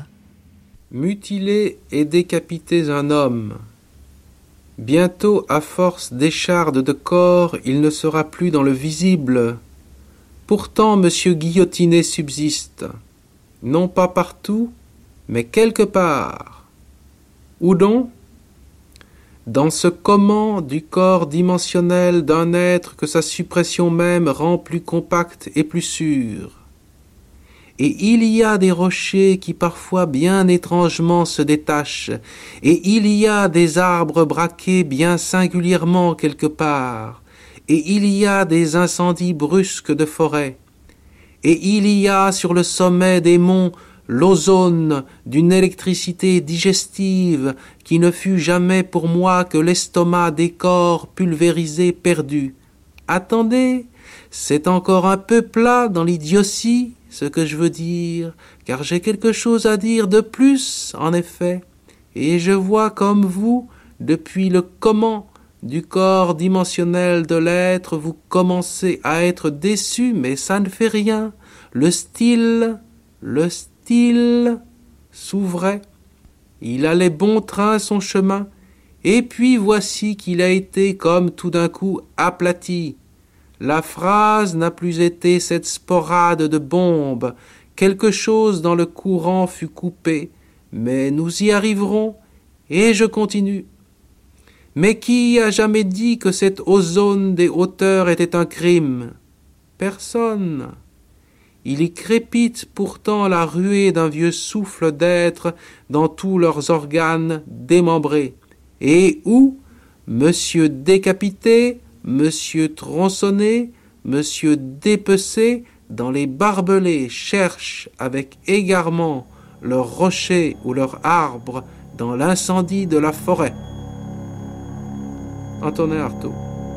Mutiler et décapiter un homme. Bientôt, à force d'échardes de corps, il ne sera plus dans le visible. Pourtant, monsieur Guillotiné subsiste, non pas partout, mais quelque part. Où donc? Dans ce comment du corps dimensionnel d'un être que sa suppression même rend plus compact et plus sûr. Et il y a des rochers qui parfois bien étrangement se détachent, et il y a des arbres braqués bien singulièrement quelque part, et il y a des incendies brusques de forêt, et il y a sur le sommet des monts l'ozone d'une électricité digestive qui ne fut jamais pour moi que l'estomac des corps pulvérisés perdus. Attendez, c'est encore un peu plat dans l'idiotie, ce que je veux dire, car j'ai quelque chose à dire de plus, en effet, et je vois comme vous, depuis le comment du corps dimensionnel de l'être, vous commencez à être déçu, mais ça ne fait rien. Le style s'ouvrait. Il allait bon train son chemin, et puis voici qu'il a été comme tout d'un coup aplati. La phrase n'a plus été cette sporade de bombes, quelque chose dans le courant fut coupé, mais nous y arriverons, et je continue. Mais qui a jamais dit que cette ozone des hauteurs était un crime? Personne. il y crépite pourtant la ruée d'un vieux souffle d'être dans tous leurs organes démembrés, et où, monsieur décapité, monsieur tronçonné, monsieur dépecé, dans les barbelés cherchent avec égarement leur rocher ou leur arbre dans l'incendie de la forêt. Antonin Artaud.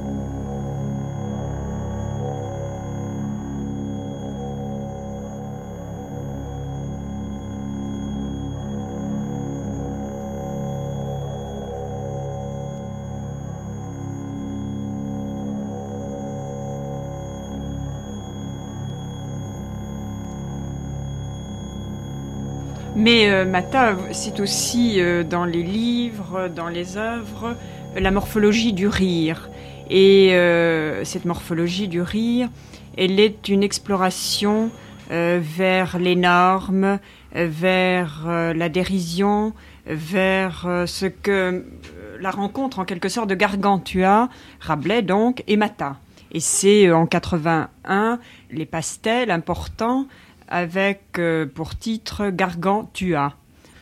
Mais Mata, c'est aussi dans les livres, dans les œuvres, la morphologie du rire. Et cette morphologie du rire, elle est une exploration vers l'énorme, vers la dérision, vers ce que la rencontre en quelque sorte de Gargantua, Rabelais donc, et Mata. Et c'est en 81 les pastels importants avec pour titre Gargantua.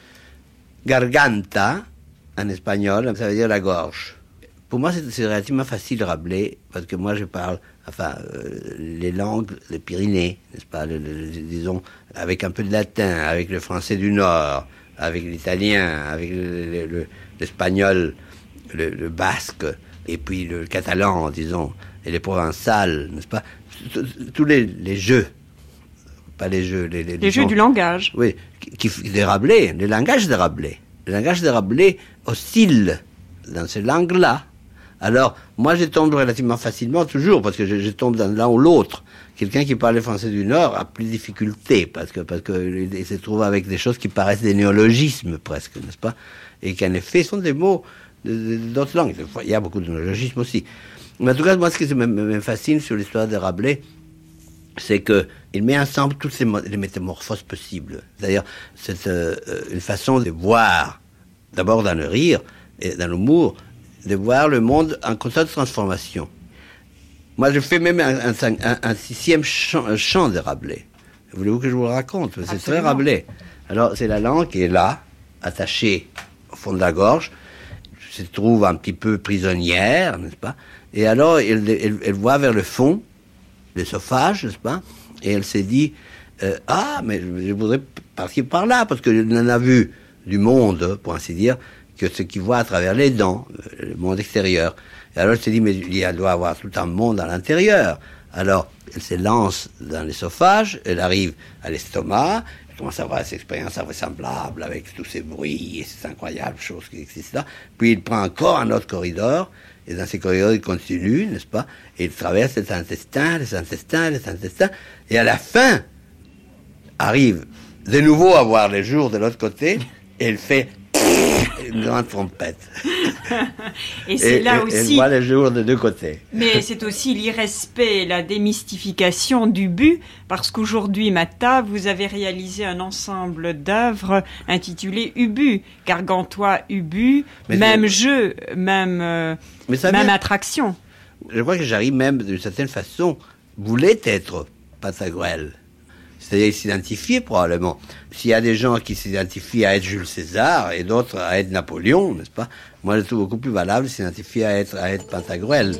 Garganta, en espagnol, ça veut dire la gorge. Pour moi, c'est relativement facile Rabelais, parce que moi je parle, les langues, les Pyrénées, n'est-ce pas, disons, avec un peu de latin, avec le français du Nord, avec l'italien, avec l'espagnol, le basque, et puis le catalan, disons, et les provençales, n'est-ce pas, tous les jeux. Pas les jeux, les jeux du langage. Oui, des Rabelais, les langages de Rabelais. Le langage de Rabelais oscille dans ces langues-là. Alors, moi, je tombe relativement facilement, toujours, parce que je tombe dans l'un ou l'autre. Quelqu'un qui parle le français du Nord a plus de difficultés, parce que il se trouve avec des choses qui paraissent des néologismes, presque, n'est-ce pas? Et qu'en effet, sont des mots d'autres langues. Il y a beaucoup de néologismes aussi. Mais en tout cas, moi, ce qui me fascine sur l'histoire de Rabelais, c'est qu'il met ensemble toutes les métamorphoses possibles. C'est-à-dire, c'est une façon de voir, d'abord dans le rire et dans l'humour, de voir le monde en constante transformation. Moi, je fais même un sixième chant de Rabelais. Voulez-vous que je vous le raconte? C'est Absolument. très Rabelais. Alors, c'est la langue qui est là, attachée au fond de la gorge, se trouve un petit peu prisonnière, n'est-ce pas? Et alors, elle voit vers le fond, l'œsophage, n'est-ce pas? Et elle s'est dit, mais je voudrais partir par là, parce qu'elle n'en a vu du monde, pour ainsi dire, que ce qu'il voit à travers les dents, le monde extérieur. Et alors elle s'est dit, mais il doit y avoir tout un monde à l'intérieur. Alors, elle se lance dans l'œsophage, elle arrive à l'estomac, elle commence à avoir cette expérience invraisemblable avec tous ces bruits et ces incroyables choses qui existent là. Puis il prend encore un autre corridor, et dans ces corridors, il continue, n'est-ce pas? Et il traverse les intestins, et à la fin, arrive de nouveau à voir les jours de l'autre côté, et il fait une grande trompette. Et c'est là aussi... Elle voit les jours de deux côtés. Mais c'est aussi l'irrespect et la démystification du but, parce qu'aujourd'hui, Mata, vous avez réalisé un ensemble d'œuvres intitulées Ubu, Gargantua, Ubu, même jeu, même attraction. Je crois que Jarry, même d'une certaine façon, voulait être Pantagruel. C'est-à-dire s'identifier probablement. S'il y a des gens qui s'identifient à être Jules César et d'autres à être Napoléon, n'est-ce pas? Moi, je trouve beaucoup plus valable de s'identifier à être Pantagruel.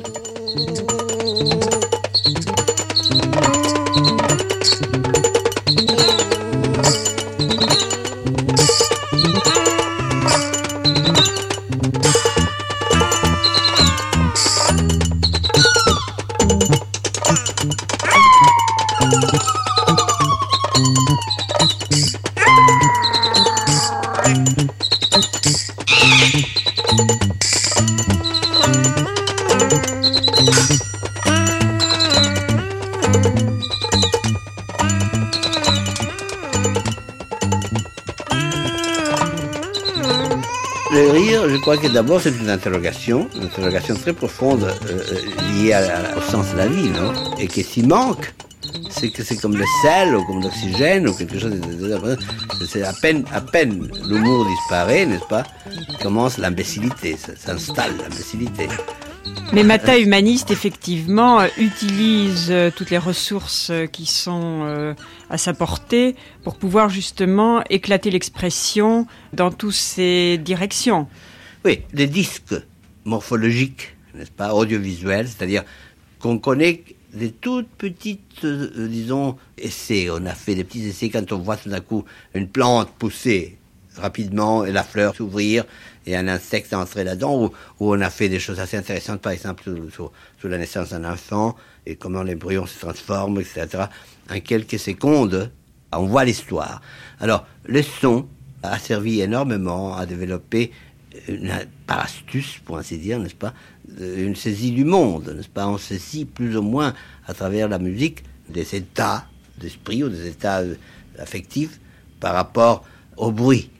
Le rire, je crois que d'abord c'est une interrogation très profonde liée au sens de la vie, non? Et que s'il manque, c'est que c'est comme le sel ou comme l'oxygène ou quelque chose c'est à peine l'humour disparaît, n'est-ce pas? Commence l'imbécilité, s'installe l'imbécilité. Mais Matta humaniste, effectivement, utilise toutes les ressources qui sont à sa portée pour pouvoir justement éclater l'expression dans toutes ces directions. Oui, des disques morphologiques, n'est-ce pas, audiovisuels, c'est-à-dire qu'on connaît des toutes petites, disons, essais. On a fait des petits essais quand on voit tout d'un coup une plante pousser rapidement et la fleur s'ouvrir et un insecte entrer là-dedans, où on a fait des choses assez intéressantes, par exemple sur la naissance d'un enfant et comment l'embryon se transforme, etc. En quelques secondes, on voit l'histoire. Alors, le son a servi énormément à développer par astuce, pour ainsi dire, n'est-ce pas, une saisie du monde, n'est-ce pas? On saisit plus ou moins à travers la musique des états d'esprit ou des états affectifs par rapport au bruit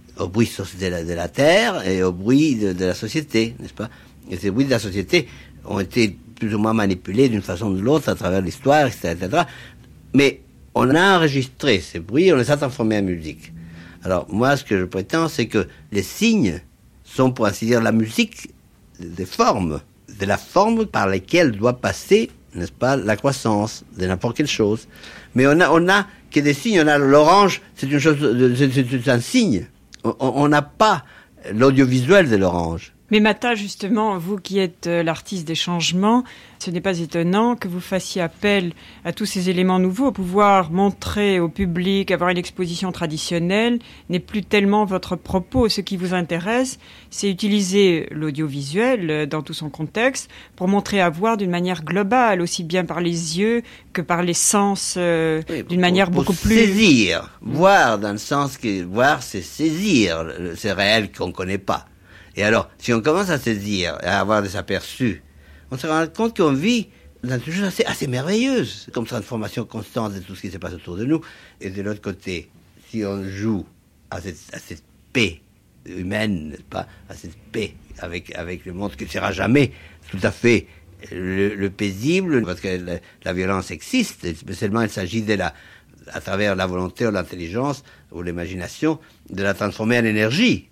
de la terre et au bruit de la société, n'est-ce pas? Et ces bruits de la société ont été plus ou moins manipulés d'une façon ou de l'autre à travers l'histoire, etc., etc. Mais on a enregistré ces bruits, on les a transformés en musique. Alors moi, ce que je prétends, c'est que les signes sont, pour ainsi dire, la musique des formes, de la forme par laquelle doit passer, n'est-ce pas, la croissance de n'importe quelle chose. Mais on a que des signes. On a l'orange, c'est une chose, c'est un signe. On n'a pas l'audiovisuel de l'orange. Mais Matta, justement, vous qui êtes l'artiste des changements, ce n'est pas étonnant que vous fassiez appel à tous ces éléments nouveaux. Pouvoir montrer au public, avoir une exposition traditionnelle, n'est plus tellement votre propos. Ce qui vous intéresse, c'est utiliser l'audiovisuel dans tout son contexte pour montrer à voir d'une manière globale, aussi bien par les yeux que par les sens, d'une manière beaucoup plus... Saisir, voir dans le sens que voir, c'est saisir, c'est réel qu'on ne connaît pas. Et alors, si on commence à saisir, à avoir des aperçus, on se rend compte qu'on vit dans une chose assez merveilleuse, comme transformation constante de tout ce qui se passe autour de nous. Et de l'autre côté, si on joue à cette paix humaine, n'est-ce pas, à cette paix avec le monde qui ne sera jamais tout à fait le paisible, parce que la violence existe, spécialement il s'agit à travers la volonté ou l'intelligence ou l'imagination, de la transformer en énergie.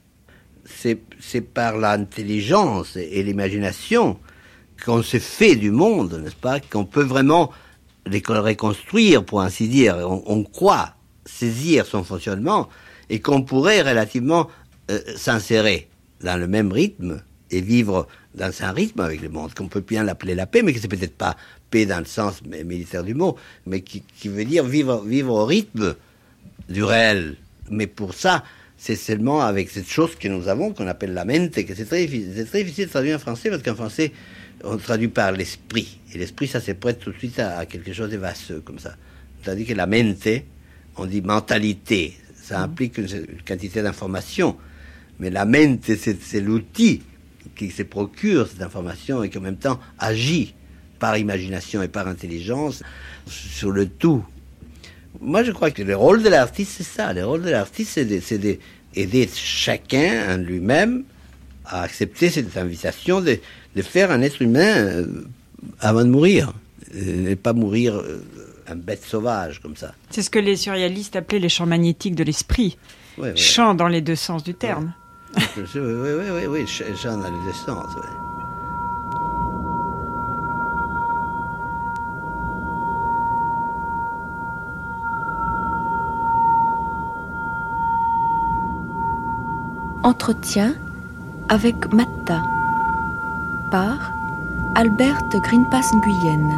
C'est par l'intelligence et l'imagination qu'on se fait du monde, n'est-ce pas, qu'on peut vraiment les reconstruire, pour ainsi dire. On croit saisir son fonctionnement et qu'on pourrait relativement s'insérer dans le même rythme et vivre dans un rythme avec le monde, qu'on peut bien l'appeler la paix, mais que c'est peut-être pas paix dans le sens militaire du mot, mais qui veut dire vivre au rythme du réel. Mais pour ça, c'est seulement avec cette chose que nous avons, qu'on appelle la mente, que c'est très difficile de traduire en français, parce qu'en français, on traduit par l'esprit. Et l'esprit, ça se prête tout de suite à quelque chose de vasseux, comme ça. C'est-à-dire que la mente, on dit mentalité. Ça implique une quantité d'informations. Mais la mente, c'est l'outil qui se procure cette information et qui en même temps agit par imagination et par intelligence sur le tout. Moi, je crois que le rôle de l'artiste, c'est ça. Le rôle de l'artiste, c'est d'aider chacun en lui-même à accepter cette invitation de faire un être humain avant de mourir. Et pas mourir un bête sauvage, comme ça. C'est ce que les surréalistes appelaient les champs magnétiques de l'esprit. Ouais. Champs dans les deux sens du terme. Oui, champs dans les deux sens, oui. Entretien avec Matta par Albert Greenpass Nguyen.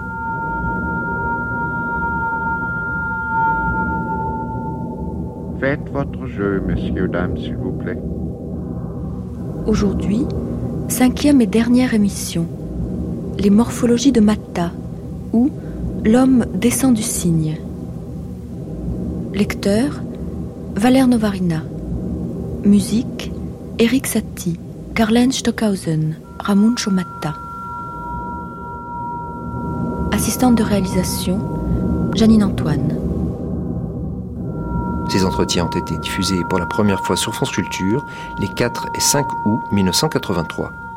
Faites votre jeu, messieurs, dames, s'il vous plaît. Aujourd'hui, 5e et dernière émission. Les morphologies de Matta, ou L'homme descend du cygne. Lecteur, Valère Novarina. Musique, Eric Satie, Karl-Heinz Stockhausen, Ramuncho Matta. Assistante de réalisation, Janine Antoine. Ces entretiens ont été diffusés pour la première fois sur France Culture les 4 et 5 août 1983.